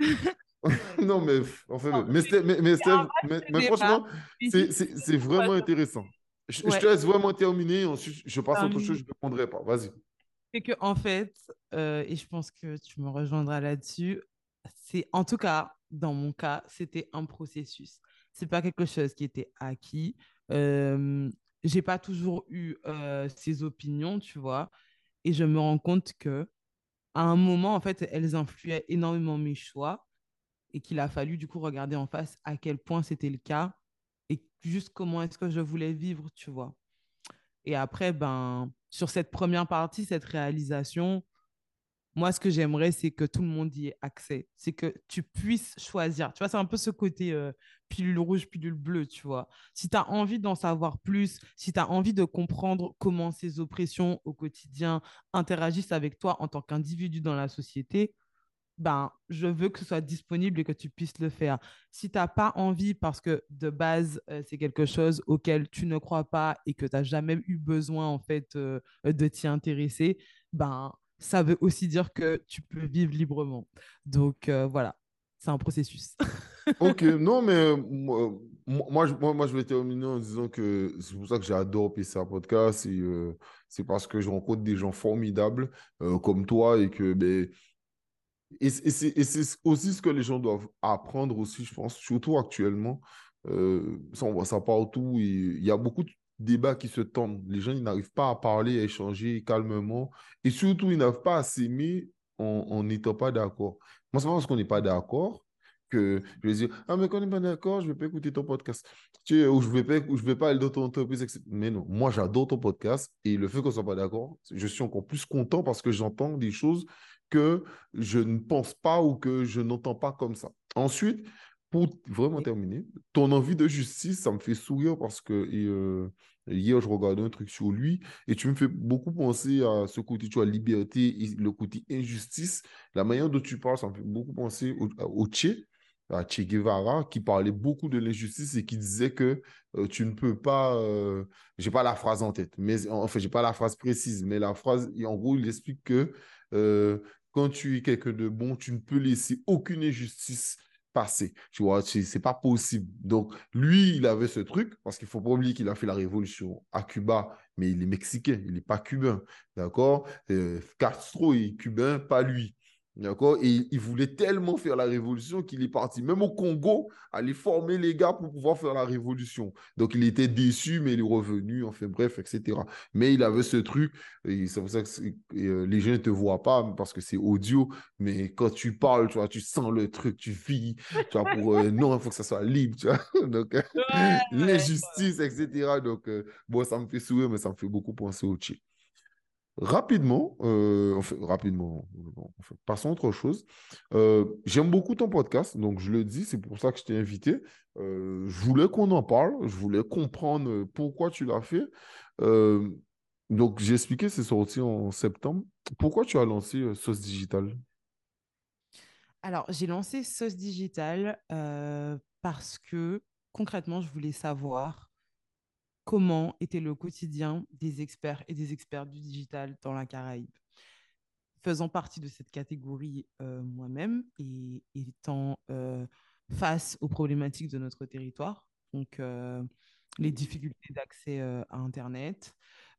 Non, mais enfin, Non, mais, Steph- mais, mais, c'est un Steph, mais, vaste mais débat. franchement, Mais si c'est tu c'est- veux c'est qu'on vraiment fasse- intéressant. Je, je te Ouais. laisse vraiment terminer, ensuite je passe à autre chose, Euh, je ne répondrai pas. Vas-y. c'est que en fait, euh, et je pense que tu me rejoindras là-dessus, c'est en tout cas, dans mon cas, c'était un processus. C'est pas quelque chose qui était acquis. Euh, j'ai pas toujours eu euh, ces opinions, tu vois, et je me rends compte que à un moment, en fait, elles influaient énormément mes choix et qu'il a fallu du coup regarder en face à quel point c'était le cas et juste comment est-ce que je voulais vivre, tu vois. Et après, ben, sur cette première partie, cette réalisation, moi, ce que j'aimerais, c'est que tout le monde y ait accès. C'est que tu puisses choisir. Tu vois, c'est un peu ce côté euh, pilule rouge, pilule bleue, tu vois. Si tu as envie d'en savoir plus, si tu as envie de comprendre comment ces oppressions au quotidien interagissent avec toi en tant qu'individu dans la société, ben, je veux que ce soit disponible et que tu puisses le faire. Si tu n'as pas envie parce que de base, euh, c'est quelque chose auquel tu ne crois pas et que tu n'as jamais eu besoin en fait euh, de t'y intéresser, ben, ça veut aussi dire que tu peux vivre librement. Donc euh, voilà, c'est un processus. Ok, non, mais euh, moi, moi, je, moi, moi, je vais terminer en disant que c'est pour ça que j'adore P C A Podcast. Et, euh, c'est parce que je rencontre des gens formidables euh, comme toi et que ben, et, c- et c'est et c'est aussi ce que les gens doivent apprendre aussi, je pense, surtout actuellement. Euh, ça, on voit ça partout. Et il y a beaucoup de débats qui se tendent. Les gens, ils n'arrivent pas à parler, à échanger calmement. Et surtout, ils n'arrivent pas à s'aimer en en n'étant pas d'accord. Moi, c'est pas parce qu'on n'est pas d'accord que je vais dire, ah, mais quand on n'est pas d'accord, je ne vais pas écouter ton podcast. Tu sais, ou je ne vais pas, ou je vais pas aller dans ton entreprise, et cetera. Mais non, moi, j'adore ton podcast. Et le fait qu'on ne soit pas d'accord, je suis encore plus content parce que j'entends des choses que je ne pense pas ou que je n'entends pas comme ça. Ensuite, pour vraiment Et- terminer, ton envie de justice, ça me fait sourire parce que et, euh, hier, je regardais un truc sur lui et tu me fais beaucoup penser à ce côté, tu vois, liberté, et le côté injustice. La manière dont tu parles, ça me fait beaucoup penser au, au Che, à Che Guevara, qui parlait beaucoup de l'injustice et qui disait que euh, tu ne peux pas, euh, j'ai pas la phrase en tête, mais en fait, j'ai pas la phrase précise, mais la phrase, en gros, il explique que euh, quand tu es quelqu'un de bon, tu ne peux laisser aucune injustice passer. Tu vois, c'est c'est pas possible. Donc, lui, il avait ce truc, parce qu'il faut pas oublier qu'il a fait la révolution à Cuba, mais il est mexicain, il n'est pas cubain. D'accord? Euh, Castro est cubain, pas lui. D'accord? Et il voulait tellement faire la révolution qu'il est parti, même au Congo, aller former les gars pour pouvoir faire la révolution. Donc, il était déçu, mais il est revenu, enfin bref, et cetera. Mais il avait ce truc, et c'est pour ça que c'est- et, euh, les gens ne te voient pas parce que c'est audio, mais quand tu parles, tu vois, tu sens le truc, tu vis, tu vois, pour euh, non, il faut que ça soit libre, tu vois. Donc, euh, Ouais, ouais. l'injustice, et cetera. Donc, euh, bon, ça me fait sourire, mais ça me fait beaucoup penser au Tché. Rapidement, euh, enfin, rapidement, bon, enfin, passons à autre chose. Euh, j'aime beaucoup ton podcast, donc je le dis, c'est pour ça que je t'ai invité. Euh, je voulais qu'on en parle, je voulais comprendre euh, pourquoi tu l'as fait. Euh, donc, j'ai expliqué, c'est sorti en septembre. Pourquoi tu as lancé euh, Sauce Digital? Alors, j'ai lancé Sauce Digital euh, parce que concrètement, je voulais savoir comment était le quotidien des experts et des experts du digital dans la Caraïbe. Faisant partie de cette catégorie euh, moi-même et étant euh, face aux problématiques de notre territoire, donc euh, les difficultés d'accès euh, à Internet,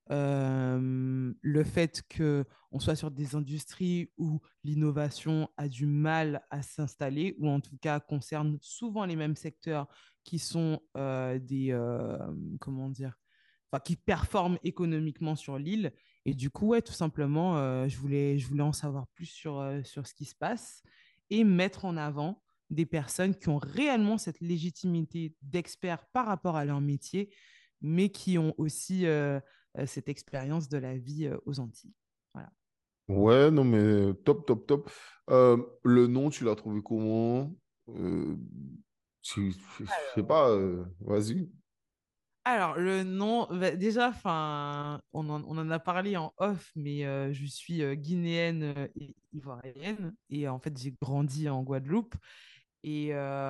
euh, le fait qu'on soit sur des industries où l'innovation a du mal à s'installer, ou en tout cas concerne souvent les mêmes secteurs qui sont euh, des, euh, comment dire, enfin, qui performent économiquement sur l'île. Et du coup, ouais, tout simplement, euh, je voulais, je voulais en savoir plus sur, euh, sur ce qui se passe et mettre en avant des personnes qui ont réellement cette légitimité d'experts par rapport à leur métier, mais qui ont aussi euh, euh, cette expérience de la vie euh, aux Antilles. Voilà. Ouais, non, mais top, top, top. Euh, le nom, tu l'as trouvé comment? Euh, je, je- je sais pas, euh, vas-y. Alors, le nom, bah, déjà, enfin, on en, on en a parlé en off, mais euh, je suis euh, guinéenne euh, et ivoirienne. Et en fait, j'ai grandi en Guadeloupe. Et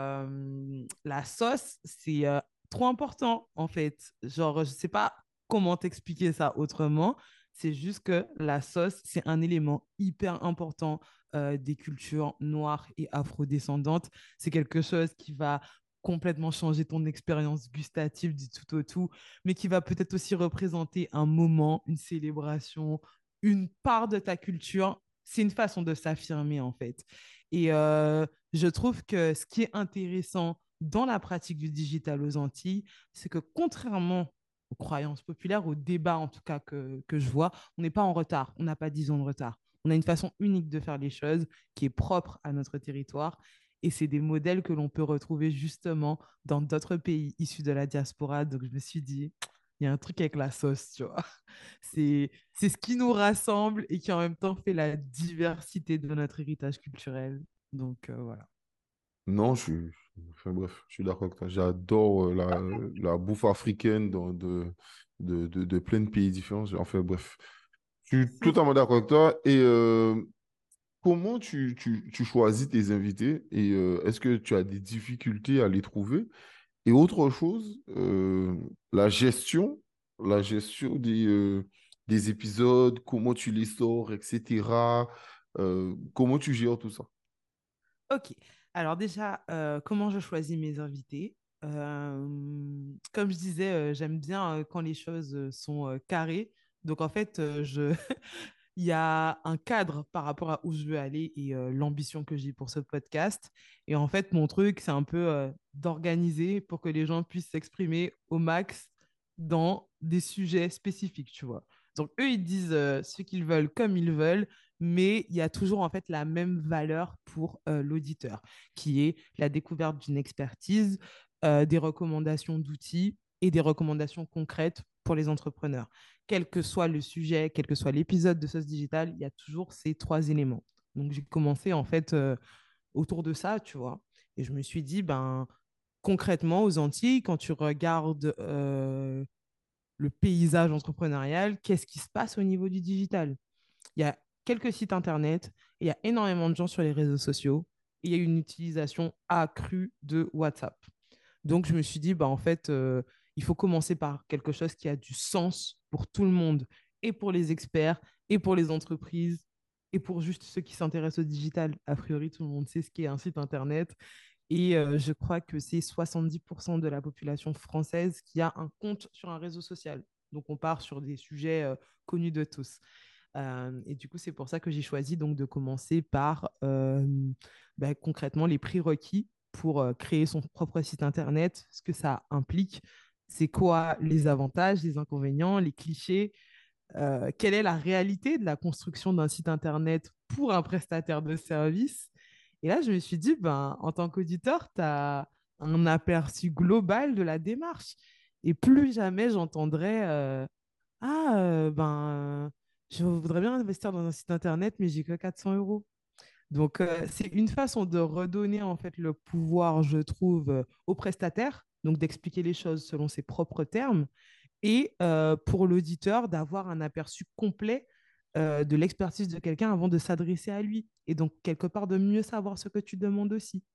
euh, la sauce, c'est euh, trop important, en fait. Genre, je sais pas comment t'expliquer ça autrement. C'est juste que la sauce, c'est un élément hyper important euh, des cultures noires et afrodescendantes. C'est quelque chose qui va complètement changer ton expérience gustative du tout au tout, mais qui va peut-être aussi représenter un moment, une célébration, une part de ta culture. C'est une façon de s'affirmer, en fait. Et euh, je trouve que ce qui est intéressant dans la pratique du digital aux Antilles, c'est que contrairement aux croyances populaires, aux débats en tout cas que, que je vois, on n'est pas en retard, on n'a pas dix ans de retard. On a une façon unique de faire les choses qui est propre à notre territoire. Et c'est des modèles que l'on peut retrouver justement dans d'autres pays issus de la diaspora. Donc je me suis dit, il y a un truc avec la sauce, tu vois. C'est, c'est ce qui nous rassemble et qui en même temps fait la diversité de notre héritage culturel. Donc euh, voilà. Non, je suis, enfin, bref, je suis d'accord avec toi. J'adore euh, la, la bouffe africaine dans de, de, de, de plein de pays différents. Enfin, bref, je suis C'est totalement d'accord avec toi. Et euh, comment tu, tu, tu choisis tes invités et euh, est-ce que tu as des difficultés à les trouver? Et autre chose, euh, la gestion, la gestion des, euh, des épisodes, comment tu les sors, et cetera. Euh, comment tu gères tout ça? Ok. Alors déjà, euh, comment je choisis mes invités? Euh, Comme je disais, euh, j'aime bien euh, quand les choses euh, sont euh, carrées. Donc en fait, euh, je... il y a un cadre par rapport à où je veux aller et euh, l'ambition que j'ai pour ce podcast. Et en fait, mon truc, c'est un peu euh, d'organiser pour que les gens puissent s'exprimer au max dans des sujets spécifiques, tu vois. Donc eux, ils disent euh, ce qu'ils veulent comme ils veulent, mais il y a toujours en fait la même valeur pour euh, l'auditeur, qui est la découverte d'une expertise, euh, des recommandations d'outils et des recommandations concrètes pour les entrepreneurs. Quel que soit le sujet, quel que soit l'épisode de Sauce Digital, il y a toujours ces trois éléments. Donc j'ai commencé en fait euh, autour de ça, tu vois. Et je me suis dit, ben concrètement aux Antilles, quand tu regardes euh, le paysage entrepreneurial, qu'est-ce qui se passe au niveau du digital? Il y a quelques sites internet, il y a énormément de gens sur les réseaux sociaux, et il y a une utilisation accrue de WhatsApp. Donc, je me suis dit, bah, en fait, euh, il faut commencer par quelque chose qui a du sens pour tout le monde, et pour les experts, et pour les entreprises, et pour juste ceux qui s'intéressent au digital. A priori, tout le monde sait ce qu'est un site internet. Et euh, je crois que c'est soixante-dix pour cent de la population française qui a un compte sur un réseau social. Donc, on part sur des sujets euh, connus de tous. Euh, et du coup, c'est pour ça que j'ai choisi donc de commencer par euh, bah, concrètement les prérequis pour euh, créer son propre site internet, ce que ça implique, c'est quoi les avantages, les inconvénients, les clichés, euh, quelle est la réalité de la construction d'un site internet pour un prestataire de service. Et là, je me suis dit, ben, en tant qu'auditeur, tu as un aperçu global de la démarche. Et plus jamais j'entendrai euh, ah, euh, ben, je voudrais bien investir dans un site internet, mais j'ai que quatre cents euros. Donc, euh, c'est une façon de redonner en fait le pouvoir, je trouve, euh, au prestataire, donc d'expliquer les choses selon ses propres termes, et euh, pour l'auditeur d'avoir un aperçu complet euh, de l'expertise de quelqu'un avant de s'adresser à lui, et donc quelque part de mieux savoir ce que tu demandes aussi.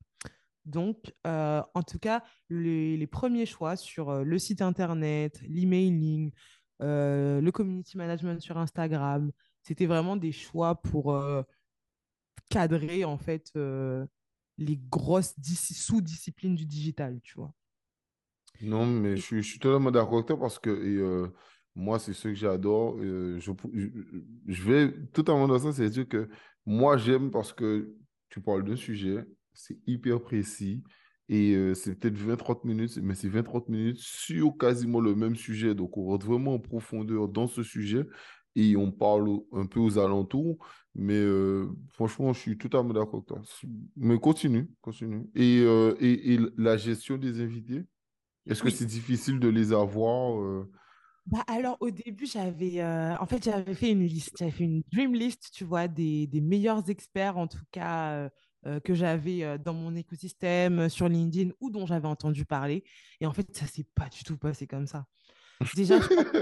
Donc, euh, en tout cas, les, les premiers choix sur euh, le site internet, l'emailing, euh, le community management sur Instagram, c'était vraiment des choix pour euh, cadrer en fait euh, les grosses dis- sous-disciplines du digital, tu vois. Non, mais je Et suis, je suis totalement d'accord avec toi parce que et, euh, moi, c'est ce que j'adore. Euh, je, je, je vais totalement dans ça, c'est-à-dire que moi, j'aime parce que tu parles d'un sujet, c'est hyper précis et euh, c'est peut-être vingt trente minutes, mais c'est vingt trente minutes sur quasiment le même sujet. Donc, on rentre vraiment en profondeur dans ce sujet et on parle au- un peu aux alentours. Mais euh, franchement, je suis totalement d'accord avec toi. Mais continue, continue. Et, euh, et, et la gestion des invités? Est-ce que oui, c'est difficile de les avoir euh, bah alors au début, j'avais euh, en fait j'avais fait une liste, j'avais fait une dream list, tu vois, des, des meilleurs experts en tout cas euh, euh, que j'avais euh, dans mon écosystème, euh, sur LinkedIn ou dont j'avais entendu parler. Et en fait, ça s'est pas du tout passé comme ça. Déjà, je crois que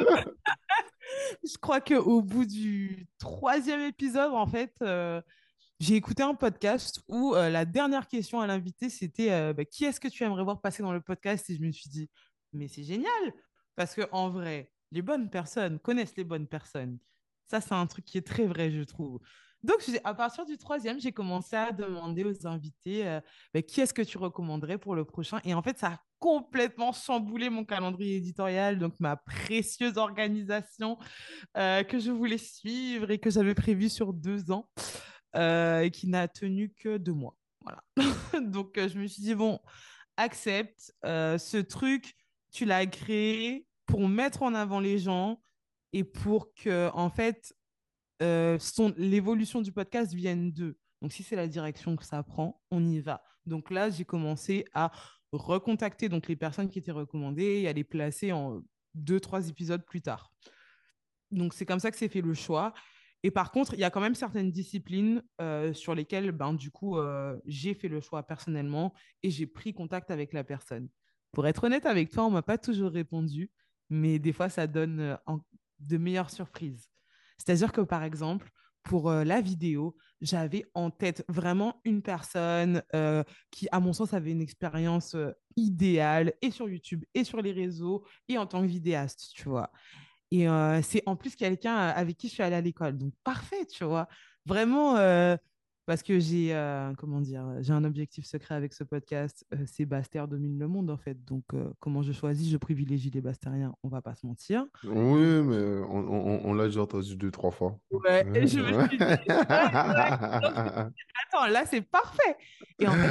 je crois que au bout du troisième épisode, en fait, euh, j'ai écouté un podcast où euh, la dernière question à l'invité, c'était euh, bah, qui est-ce que tu aimerais voir passer dans le podcast? Et je me suis dit, mais c'est génial, parce que en vrai, les bonnes personnes connaissent les bonnes personnes. Ça, c'est un truc qui est très vrai, je trouve. Donc, j'ai- à partir du troisième, j'ai commencé à demander aux invités euh, bah, qui est-ce que tu recommanderais pour le prochain. Et en fait, ça a complètement chamboulé mon calendrier éditorial, donc ma précieuse organisation euh, que je voulais suivre et que j'avais prévue sur deux ans euh, et qui n'a tenu que deux mois. Voilà. Donc, euh, je me suis dit, bon, accepte euh, ce truc, tu l'as créé pour mettre en avant les gens et pour que, en fait, euh, son, l'évolution du podcast vienne d'eux. Donc, si c'est la direction que ça prend, on y va. Donc là, j'ai commencé à recontacter donc, les personnes qui étaient recommandées et à les placer en deux, trois épisodes plus tard. Donc, c'est comme ça que s'est fait le choix. Et par contre, il y a quand même certaines disciplines euh, sur lesquelles, ben, du coup, euh, j'ai fait le choix personnellement et j'ai pris contact avec la personne. Pour être honnête avec toi, on ne m'a pas toujours répondu, mais des fois, ça donne euh, en- de meilleures surprises. C'est-à-dire que, par exemple, pour euh, la vidéo, j'avais en tête vraiment une personne euh, qui, à mon sens, avait une expérience euh, idéale et sur YouTube et sur les réseaux et en tant que vidéaste, tu vois. Et euh, c'est en plus quelqu'un euh, avec qui je suis allée à l'école. Donc, parfait, tu vois. Vraiment, euh, parce que j'ai, euh, comment dire, j'ai un objectif secret avec ce podcast. Euh, c'est Bastère domine le monde, en fait. Donc, euh, comment je choisis? Je privilégie les Bastériens, on va pas se mentir. Oui, mais on, on- on l'a déjà entendu deux, trois fois. Ouais, et je me suis dit, ouais, ouais. Donc, je me suis dit, attends, là, c'est parfait. Et en fait,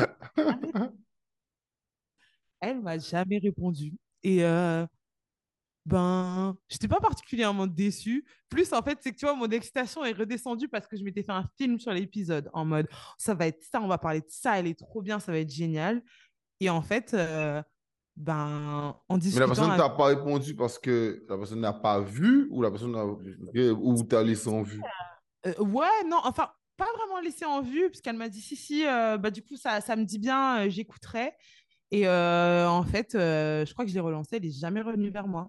elle m'a jamais répondu. Et euh, ben, j'étais pas particulièrement déçue. Plus, en fait, c'est que tu vois, mon excitation est redescendue parce que je m'étais fait un film sur l'épisode en mode, ça va être ça, on va parler de ça, elle est trop bien, ça va être génial. Et en fait, euh, ben, en Mais la discutant personne avec... t'a pas répondu parce que la personne n'a pas vu ou la personne a... ou t'as laissé en vue. Euh, ouais, non, enfin, pas vraiment laissé en vue, puisqu'elle m'a dit, si, si, euh, bah, du coup, ça, ça me dit bien, euh, j'écouterai. Et euh, en fait, euh, je crois que je l'ai relancée, elle n'est jamais revenue vers moi.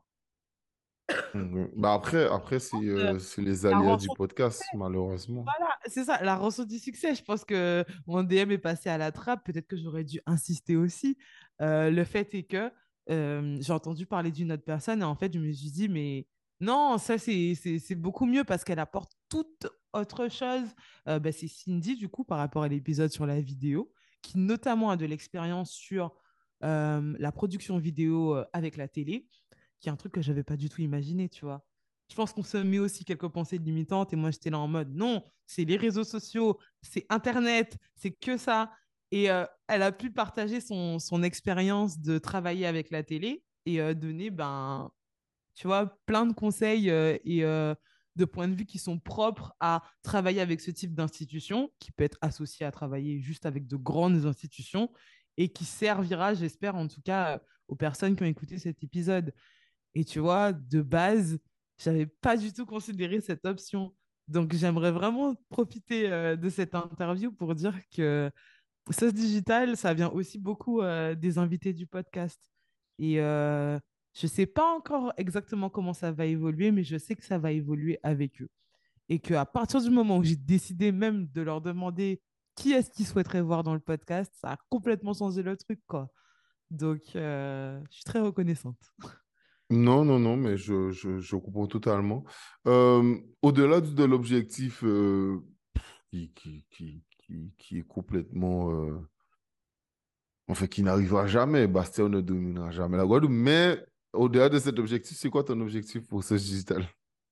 Mhm. Bah après, après c'est Euh, euh, c'est les la aléas du rançon podcast, malheureusement. Voilà, c'est ça, la rançon du succès. Je pense que mon D M est passé à la trappe. Peut-être que j'aurais dû insister aussi. Euh, le fait est que euh, j'ai entendu parler d'une autre personne et en fait, je me suis dit, mais non, ça, c'est, c'est, c'est beaucoup mieux parce qu'elle apporte toute autre chose. Euh, bah, c'est Cindy, du coup, par rapport à l'épisode sur la vidéo, qui notamment a de l'expérience sur euh, la production vidéo euh, avec la télé, qui est un truc que j'avais pas du tout imaginé, tu vois. Je pense qu'on se met aussi quelques pensées limitantes et moi j'étais là en mode non, c'est les réseaux sociaux, c'est Internet, c'est que ça. Et euh, elle a pu partager son, son expérience de travailler avec la télé et euh, donner, ben, tu vois, plein de conseils euh, et euh, de points de vue qui sont propres à travailler avec ce type d'institution, qui peut être associé à travailler juste avec de grandes institutions et qui servira, j'espère en tout cas, aux personnes qui ont écouté cet épisode. Et tu vois, de base, j'avais pas du tout considéré cette option. Donc, j'aimerais vraiment profiter euh, de cette interview pour dire que Sauce Digital, ça vient aussi beaucoup euh, des invités du podcast. Et euh, je sais pas encore exactement comment ça va évoluer, mais je sais que ça va évoluer avec eux. Et qu'à partir du moment où j'ai décidé même de leur demander qui est-ce qu'ils souhaiteraient voir dans le podcast, ça a complètement changé le truc, quoi. Donc, euh, je suis très reconnaissante. Non, non, non, mais je, je, je comprends totalement. Euh, au-delà de, de l'objectif euh, qui, qui, qui, qui, qui est complètement... euh, enfin, qui n'arrivera jamais, Bastien ne dominera jamais la Guadeloupe, mais au-delà de cet objectif, c'est quoi ton objectif pour ce digital?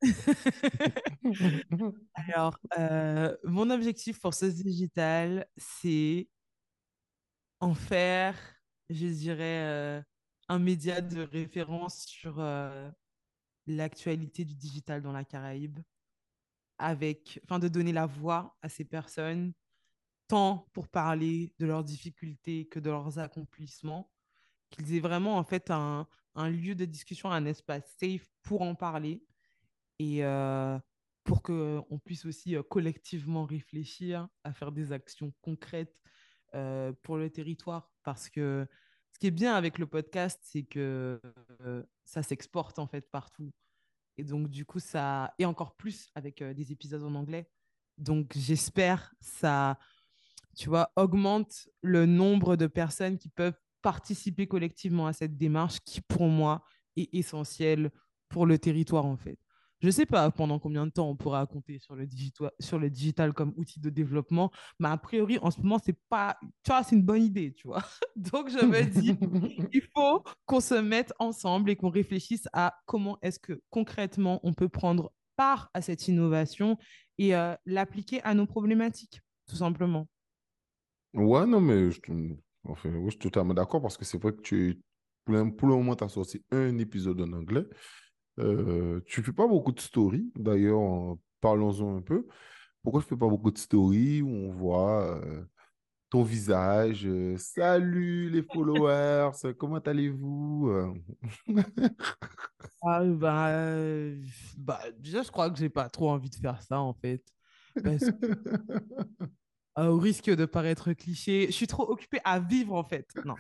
Alors, euh, mon objectif pour ce digital, c'est en faire, je dirais, euh, un média de référence sur euh, l'actualité du digital dans la Caraïbe, avec, enfin, de donner la voix à ces personnes, tant pour parler de leurs difficultés que de leurs accomplissements, qu'ils aient vraiment en fait un, un lieu de discussion, un espace safe pour en parler et euh, pour qu'on puisse aussi euh, collectivement réfléchir à faire des actions concrètes euh, pour le territoire. Parce que ce qui est bien avec le podcast, c'est que euh, ça s'exporte en fait partout. Et donc, du coup, ça. Et encore plus avec euh, des épisodes en anglais. Donc, j'espère ça, tu vois, augmente le nombre de personnes qui peuvent participer collectivement à cette démarche qui, pour moi, est essentielle pour le territoire, en fait. Je ne sais pas pendant combien de temps on pourra compter sur le, digital, sur le digital comme outil de développement, mais a priori, en ce moment, c'est pas, tu vois, c'est une bonne idée, tu vois. Donc, je me dis, il faut qu'on se mette ensemble et qu'on réfléchisse à comment est-ce que concrètement on peut prendre part à cette innovation et euh, l'appliquer à nos problématiques, tout simplement. Ouais, non, mais je, te- enfin, oui, je suis totalement d'accord parce que c'est vrai que tu, pour le, pour le moment, tu as sorti un épisode en anglais. Euh, tu fais pas beaucoup de stories, d'ailleurs, en- parlons-en un peu. Pourquoi je fais pas beaucoup de stories où on voit euh, ton visage, euh, salut les followers, comment allez-vous? euh Ah, bah, euh, bah, déjà, je crois que j'ai pas trop envie de faire ça, en fait. Parce que, euh, au risque de paraître cliché, je suis trop occupée à vivre, en fait. Non.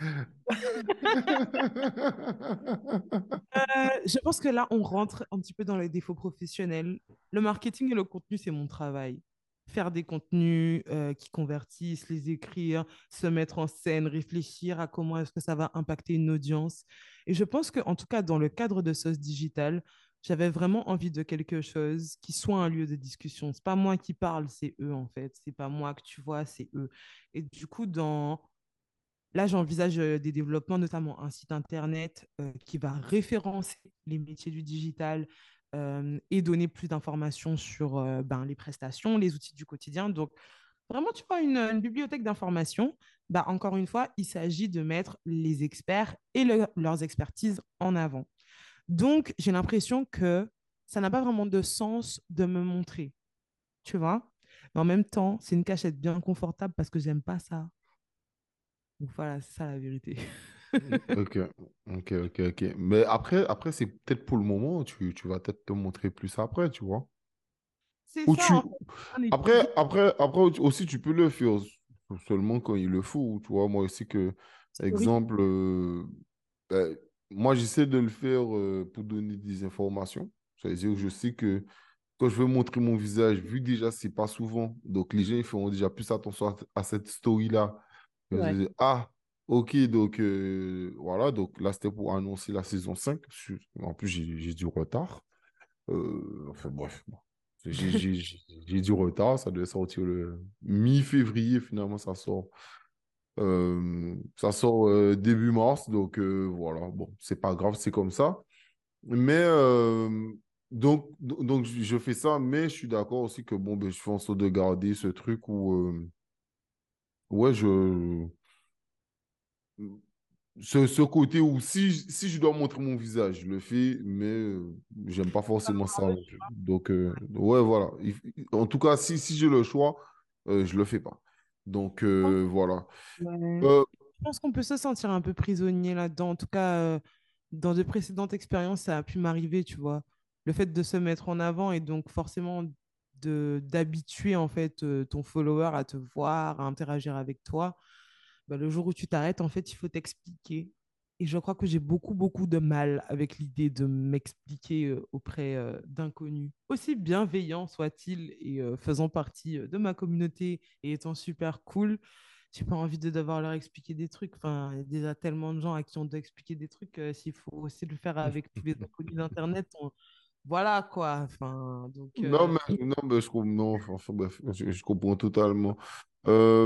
Euh, je pense que là, on rentre un petit peu dans les défauts professionnels. Le marketing et le contenu, c'est mon travail. faire des contenus euh, qui convertissent, les écrire, se mettre en scène, réfléchir à comment est-ce que ça va impacter une audience. Et je pense qu'en tout cas, dans le cadre de Sauce Digital, j'avais vraiment envie de quelque chose qui soit un lieu de discussion. C'est pas moi qui parle, c'est eux en fait. C'est pas moi que tu vois, c'est eux. Et du coup, dans là, j'envisage euh, des développements, notamment un site internet euh, qui va référencer les métiers du digital euh, et donner plus d'informations sur euh, ben, les prestations, les outils du quotidien. Donc, vraiment, tu vois, une, une bibliothèque d'informations. Bah, encore une fois, il s'agit de mettre les experts et le- leurs expertises en avant. Donc, j'ai l'impression que ça n'a pas vraiment de sens de me montrer, tu vois. Mais en même temps, c'est une cachette bien confortable parce que j'aime pas ça. Donc voilà, c'est ça la vérité. Ok, ok, ok, ok. Mais après, après c'est peut-être pour le moment, tu, tu vas peut-être te montrer plus après, tu vois. C'est Ou ça, tu... en fait. Un Après, équilibre. après, après aussi, tu peux le faire seulement quand il le faut, tu vois. Moi aussi, que, Oui, exemple, euh, ben, moi, j'essaie de le faire euh, pour donner des informations. C'est-à-dire que je sais que quand je veux montrer mon visage, vu que déjà, c'est pas souvent, donc les gens, ils feront déjà plus attention à, à cette story-là. Je ouais. dis, ah, ok, donc euh, voilà, donc là, c'était pour annoncer la saison cinq. Je- En plus, j'ai j'ai du retard. Euh, enfin, bref, bon. J'ai j'ai- j'ai- j'ai du retard, ça devait sortir le mi-février, finalement, ça sort. Euh, ça sort euh, début mars, donc euh, voilà, bon, c'est pas grave, c'est comme ça. Mais euh, donc, donc, je fais ça, mais je suis d'accord aussi que bon, ben, je fais en sorte de garder ce truc où, euh, ouais, je. Ce, ce côté où si, si je dois montrer mon visage, je le fais, mais euh, j'aime pas forcément ça non plus. Donc, euh, ouais, voilà. Il- il- En tout cas, si, si j'ai le choix, euh, je le fais pas. Donc, euh, voilà. Ouais. Euh, Je pense qu'on peut se sentir un peu prisonnier là-dedans. En tout cas, euh, dans de précédentes expériences, ça a pu m'arriver, tu vois. Le fait de se mettre en avant et donc forcément de d'habituer en fait euh, ton follower à te voir, à interagir avec toi. Bah, le jour où tu t'arrêtes, en fait, il faut t'expliquer. Et je crois que j'ai beaucoup, beaucoup de mal avec l'idée de m'expliquer euh, auprès euh, d'inconnus. Aussi bienveillants soient-ils et euh, faisant partie euh, de ma communauté et étant super cool, j'ai pas envie de devoir leur expliquer des trucs. Enfin, il y a déjà tellement de gens à qui on doit expliquer des trucs. euh, s'il faut aussi le faire avec tous les inconnus d'Internet, on- voilà quoi. Enfin, donc, non, euh, mais, non, mais je, com- non, enfin, bref, je, je comprends totalement. Euh,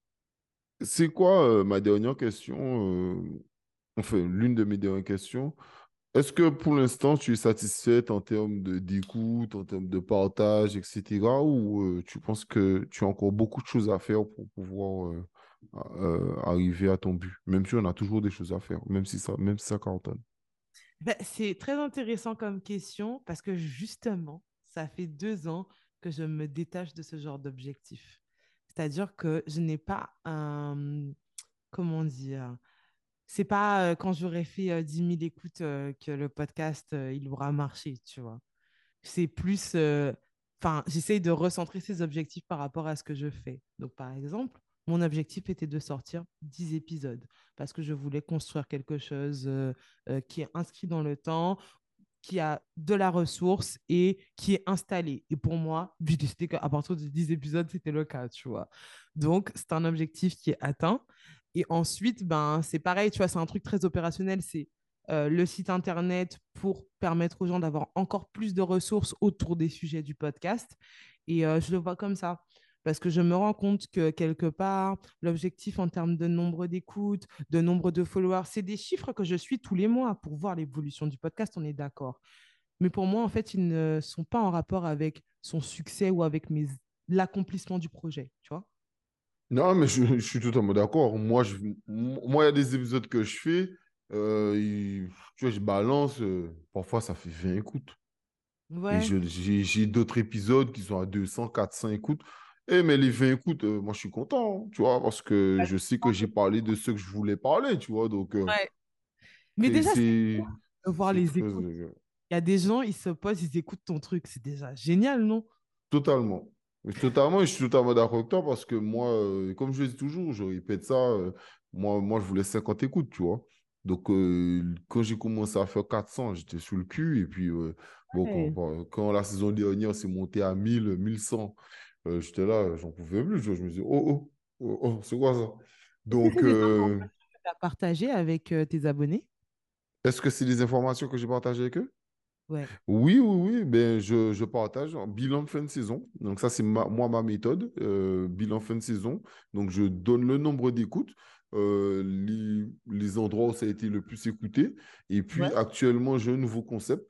c'est quoi euh, ma dernière question? euh, Enfin, l'une de mes dernières questions. Est-ce que pour l'instant, tu es satisfaite en termes de d'écoute, en termes de partage, et cetera. Ou euh, tu penses que tu as encore beaucoup de choses à faire pour pouvoir euh, a- euh, arriver à ton but, même si on a toujours des choses à faire, même si ça, même si ça cartonne. ben, c'est très intéressant comme question parce que justement, ça fait deux ans que je me détache de ce genre d'objectif. C'est-à-dire que je n'ai pas un, comment dire, c'est pas euh, quand j'aurai fait euh, dix mille écoutes euh, que le podcast, euh, il aura marché, tu vois. C'est plus, euh, enfin, j'essaye de recentrer ces objectifs par rapport à ce que je fais. Donc, par exemple, mon objectif était de sortir dix épisodes parce que je voulais construire quelque chose euh, euh, qui est inscrit dans le temps, qui a de la ressource et qui est installé. Et pour moi, j'ai décidé qu'à partir de dix épisodes, c'était le cas, tu vois. Donc, c'est un objectif qui est atteint. Et ensuite, ben, c'est pareil, tu vois, c'est un truc très opérationnel. C'est euh, le site internet pour permettre aux gens d'avoir encore plus de ressources autour des sujets du podcast. Et euh, je le vois comme ça. Parce que je me rends compte que quelque part, l'objectif en termes de nombre d'écoutes, de nombre de followers, c'est des chiffres que je suis tous les mois pour voir l'évolution du podcast, on est d'accord. Mais pour moi, en fait, ils ne sont pas en rapport avec son succès ou avec mes... l'accomplissement du projet, tu vois? Non, mais je, je suis totalement d'accord. Moi, je, moi, il y a des épisodes que je fais, euh, il- tu vois, je balance, euh, parfois ça fait vingt écoutes. Et Ouais. je- j'ai j'ai d'autres épisodes qui sont à deux cents, quatre cents écoutes. Eh, mais les vingt écoutes, euh, moi, je suis content, hein, tu vois, parce que je sais que j'ai parlé de ce que je voulais parler, tu vois. Donc, euh, Ouais. Mais c'est, déjà, c'est c'est, de voir c'est les très... écoutes. euh, Il y a des gens, ils se posent, ils écoutent ton truc. C'est déjà génial, non? totalement. Mais Totalement, et je suis totalement d'accord avec toi parce que moi, euh, comme je le dis toujours, je répète ça, euh, moi, moi, je voulais cinquante écoutes, tu vois. Donc, euh, quand j'ai commencé à faire quatre cents, j'étais sous le cul. Et puis, euh, bon, quand, Ouais. quand quand la saison dernière, c'est monté à mille, mille cent. Euh, j'étais là, j'en pouvais plus. Je, je me disais, oh, oh, oh, oh, c'est quoi ça? Est-ce que Donc, c'est des euh, informations que tu as partagées avec euh, tes abonnés? est-ce que c'est des informations que j'ai partagées avec eux? Ouais. Oui, oui, oui. Ben, je, je partage un bilan de fin de saison. Donc, ça, c'est ma- moi, ma méthode. Euh, bilan fin de saison. Donc, je donne le nombre d'écoutes, euh, les, les endroits où ça a été le plus écouté. Et puis, Ouais. actuellement, j'ai un nouveau concept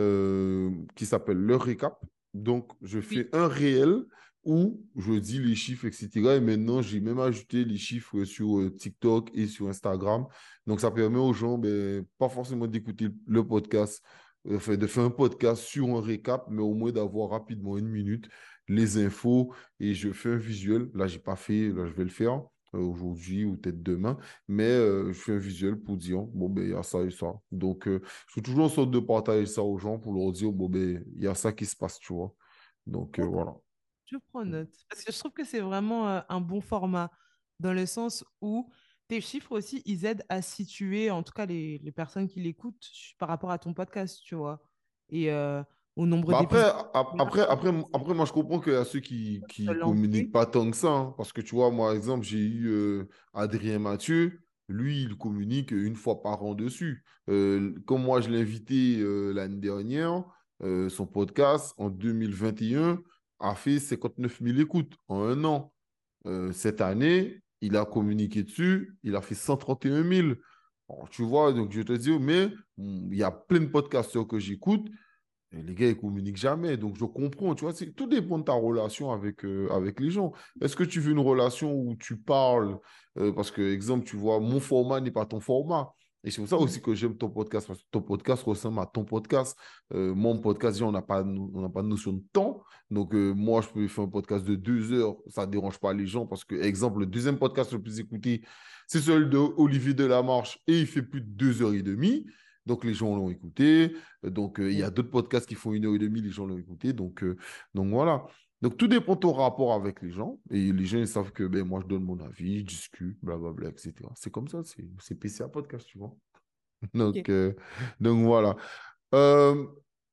euh, qui s'appelle le récap. Donc, je Oui. fais un réel où je dis les chiffres, et cetera. Et maintenant, j'ai même ajouté les chiffres sur euh, TikTok et sur Instagram. Donc, ça permet aux gens, ben, pas forcément d'écouter le podcast euh, enfin, de faire un podcast sur un récap, mais au moins d'avoir rapidement une minute les infos et je fais un visuel. Là, j'ai pas fait, là, je vais le faire euh, aujourd'hui ou peut-être demain, mais euh, je fais un visuel pour dire, bon, ben, il y a ça et ça. Donc, euh, je fais toujours en sorte de partager ça aux gens pour leur dire, bon, ben, il y a ça qui se passe, tu vois. Donc, euh, D'accord. voilà. Je prends note. Parce que je trouve que c'est vraiment euh, un bon format, dans le sens où tes chiffres aussi, ils aident à situer, en tout cas les, les personnes qui l'écoutent, par rapport à ton podcast, tu vois. Et euh, au nombre Bah après, d'épisodes ap- que tu après, as, après, après, moi, je comprends qu'il y a ceux qui te qui communiquent lancer. pas tant que ça. Hein. Parce que tu vois, moi, par exemple, j'ai eu euh, Adrien Mathieu. Lui, il communique une fois par an dessus. Euh, comme moi, je l'ai invité euh, l'année dernière, euh, son podcast en deux mille vingt et un a fait cinquante-neuf mille écoutes en un an. Euh, cette année, il a communiqué dessus, il a fait cent trente et un mille. Bon, tu vois, donc je te dis, mais hum, il y a plein de podcasteurs que j'écoute. Et les gars, ils communiquent jamais. Donc, je comprends, tu vois, c'est, tout dépend de ta relation avec, euh, avec les gens. Est-ce que tu veux une relation où tu parles, euh, parce que, exemple, tu vois, mon format n'est pas ton format. Et c'est pour ça Mhm. aussi que j'aime ton podcast, parce que ton podcast ressemble à ton podcast. Euh, mon podcast, déjà, on n'a pas, no- on n'a pas de notion de temps. Donc, euh, moi, je peux faire un podcast de deux heures, ça ne dérange pas les gens, parce que, exemple, le deuxième podcast le plus écouté, c'est celui de Olivier Delamarche, et il fait plus de deux heures et demie. Donc, les gens l'ont écouté. Donc, euh, il y Ouais. a d'autres podcasts qui font une heure et demie, les gens l'ont écouté. Donc, euh, donc voilà. Donc, tout dépend de ton rapport avec les gens. Et les gens, ils savent que ben, moi, je donne mon avis, je discute, blablabla, et cetera. C'est comme ça, c'est c'est P C A Podcast, tu vois. Ok. Donc, euh, donc voilà. Euh,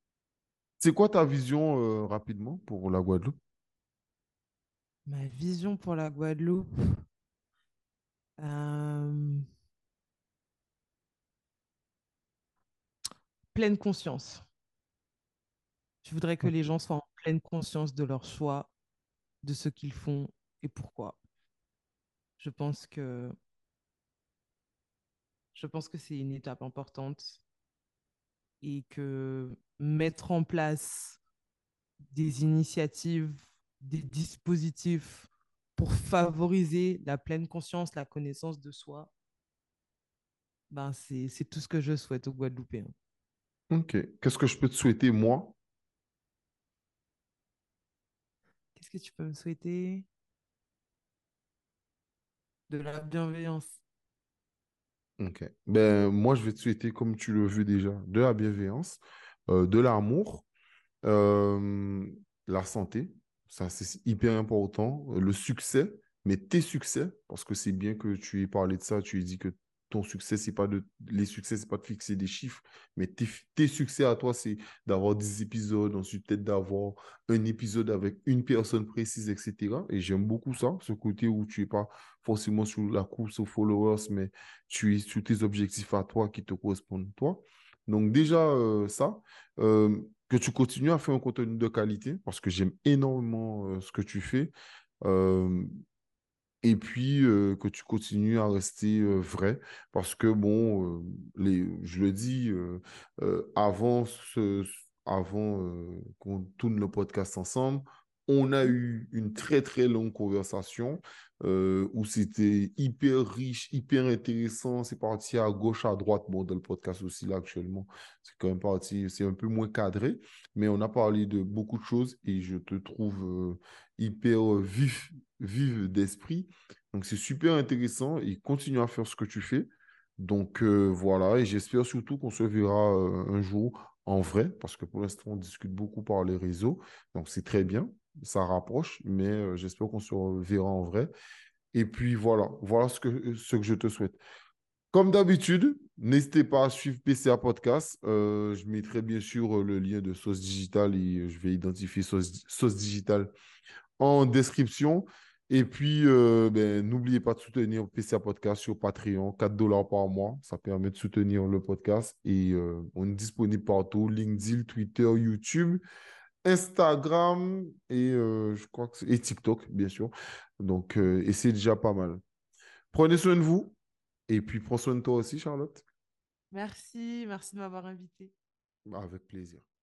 c'est quoi ta vision euh, rapidement pour la Guadeloupe? Ma vision pour la Guadeloupe, euh, pleine conscience. Je voudrais que les gens soient en pleine conscience de leur choix, de ce qu'ils font et pourquoi. Je pense que, je pense que c'est une étape importante et que mettre en place des initiatives, des dispositifs pour favoriser la pleine conscience, la connaissance de soi, ben c'est, c'est tout ce que je souhaite aux Guadeloupéens. Ok. Qu'est-ce que je peux te souhaiter, moi? Qu'est-ce que tu peux me souhaiter? De la bienveillance. Ok. Ben, moi, je vais te souhaiter, comme tu le veux déjà, de la bienveillance, euh, de l'amour. Euh, la santé, ça c'est hyper important. Euh, Le succès, mais tes succès, parce que c'est bien que tu aies parlé de ça, tu aies dit que ton succès, c'est pas de, les succès, c'est pas de fixer des chiffres, mais tes, tes succès à toi, c'est d'avoir dix épisodes, ensuite peut-être d'avoir un épisode avec une personne précise, et cetera. Et j'aime beaucoup ça, ce côté où tu es pas forcément sur la course aux followers, mais tu es sur tes objectifs à toi qui te correspondent toi. Donc déjà, euh, ça. Euh, que tu continues à faire un contenu de qualité parce que j'aime énormément euh, ce que tu fais. Euh, et puis euh, que tu continues à rester euh, vrai parce que, bon, euh, les, je le dis, euh, euh, avant, ce, avant euh, qu'on tourne le podcast ensemble, on a eu une très, très longue conversation euh, où c'était hyper riche, hyper intéressant. C'est parti à gauche, à droite. Bon, dans le podcast aussi, là, actuellement, c'est quand même parti, c'est un peu moins cadré, mais on a parlé de beaucoup de choses et je te trouve euh, hyper euh, vif, vive d'esprit. Donc, c'est super intéressant et continue à faire ce que tu fais. Donc, euh, voilà, et j'espère surtout qu'on se verra euh, un jour en vrai, parce que pour l'instant, on discute beaucoup par les réseaux. Donc, c'est très bien, ça rapproche, mais euh, j'espère qu'on se verra en vrai. Et puis, voilà, voilà ce que, ce que je te souhaite. Comme d'habitude, n'hésitez pas à suivre P C A Podcast. Euh, je mettrai bien sûr le lien de Sauce Digitale et je vais identifier Sauce, Sauce Digitale en description. Et puis, euh, ben, n'oubliez pas de soutenir P C A Podcast sur Patreon, quatre dollars par mois. Ça permet de soutenir le podcast. Et euh, on est disponible partout, LinkedIn, Twitter, YouTube, Instagram et, euh, je crois que c'est- et TikTok, bien sûr. Donc, euh, et c'est déjà pas mal. Prenez soin de vous. Et puis, prends soin de toi aussi, Charlotte. Merci, merci de m'avoir invité. Avec plaisir.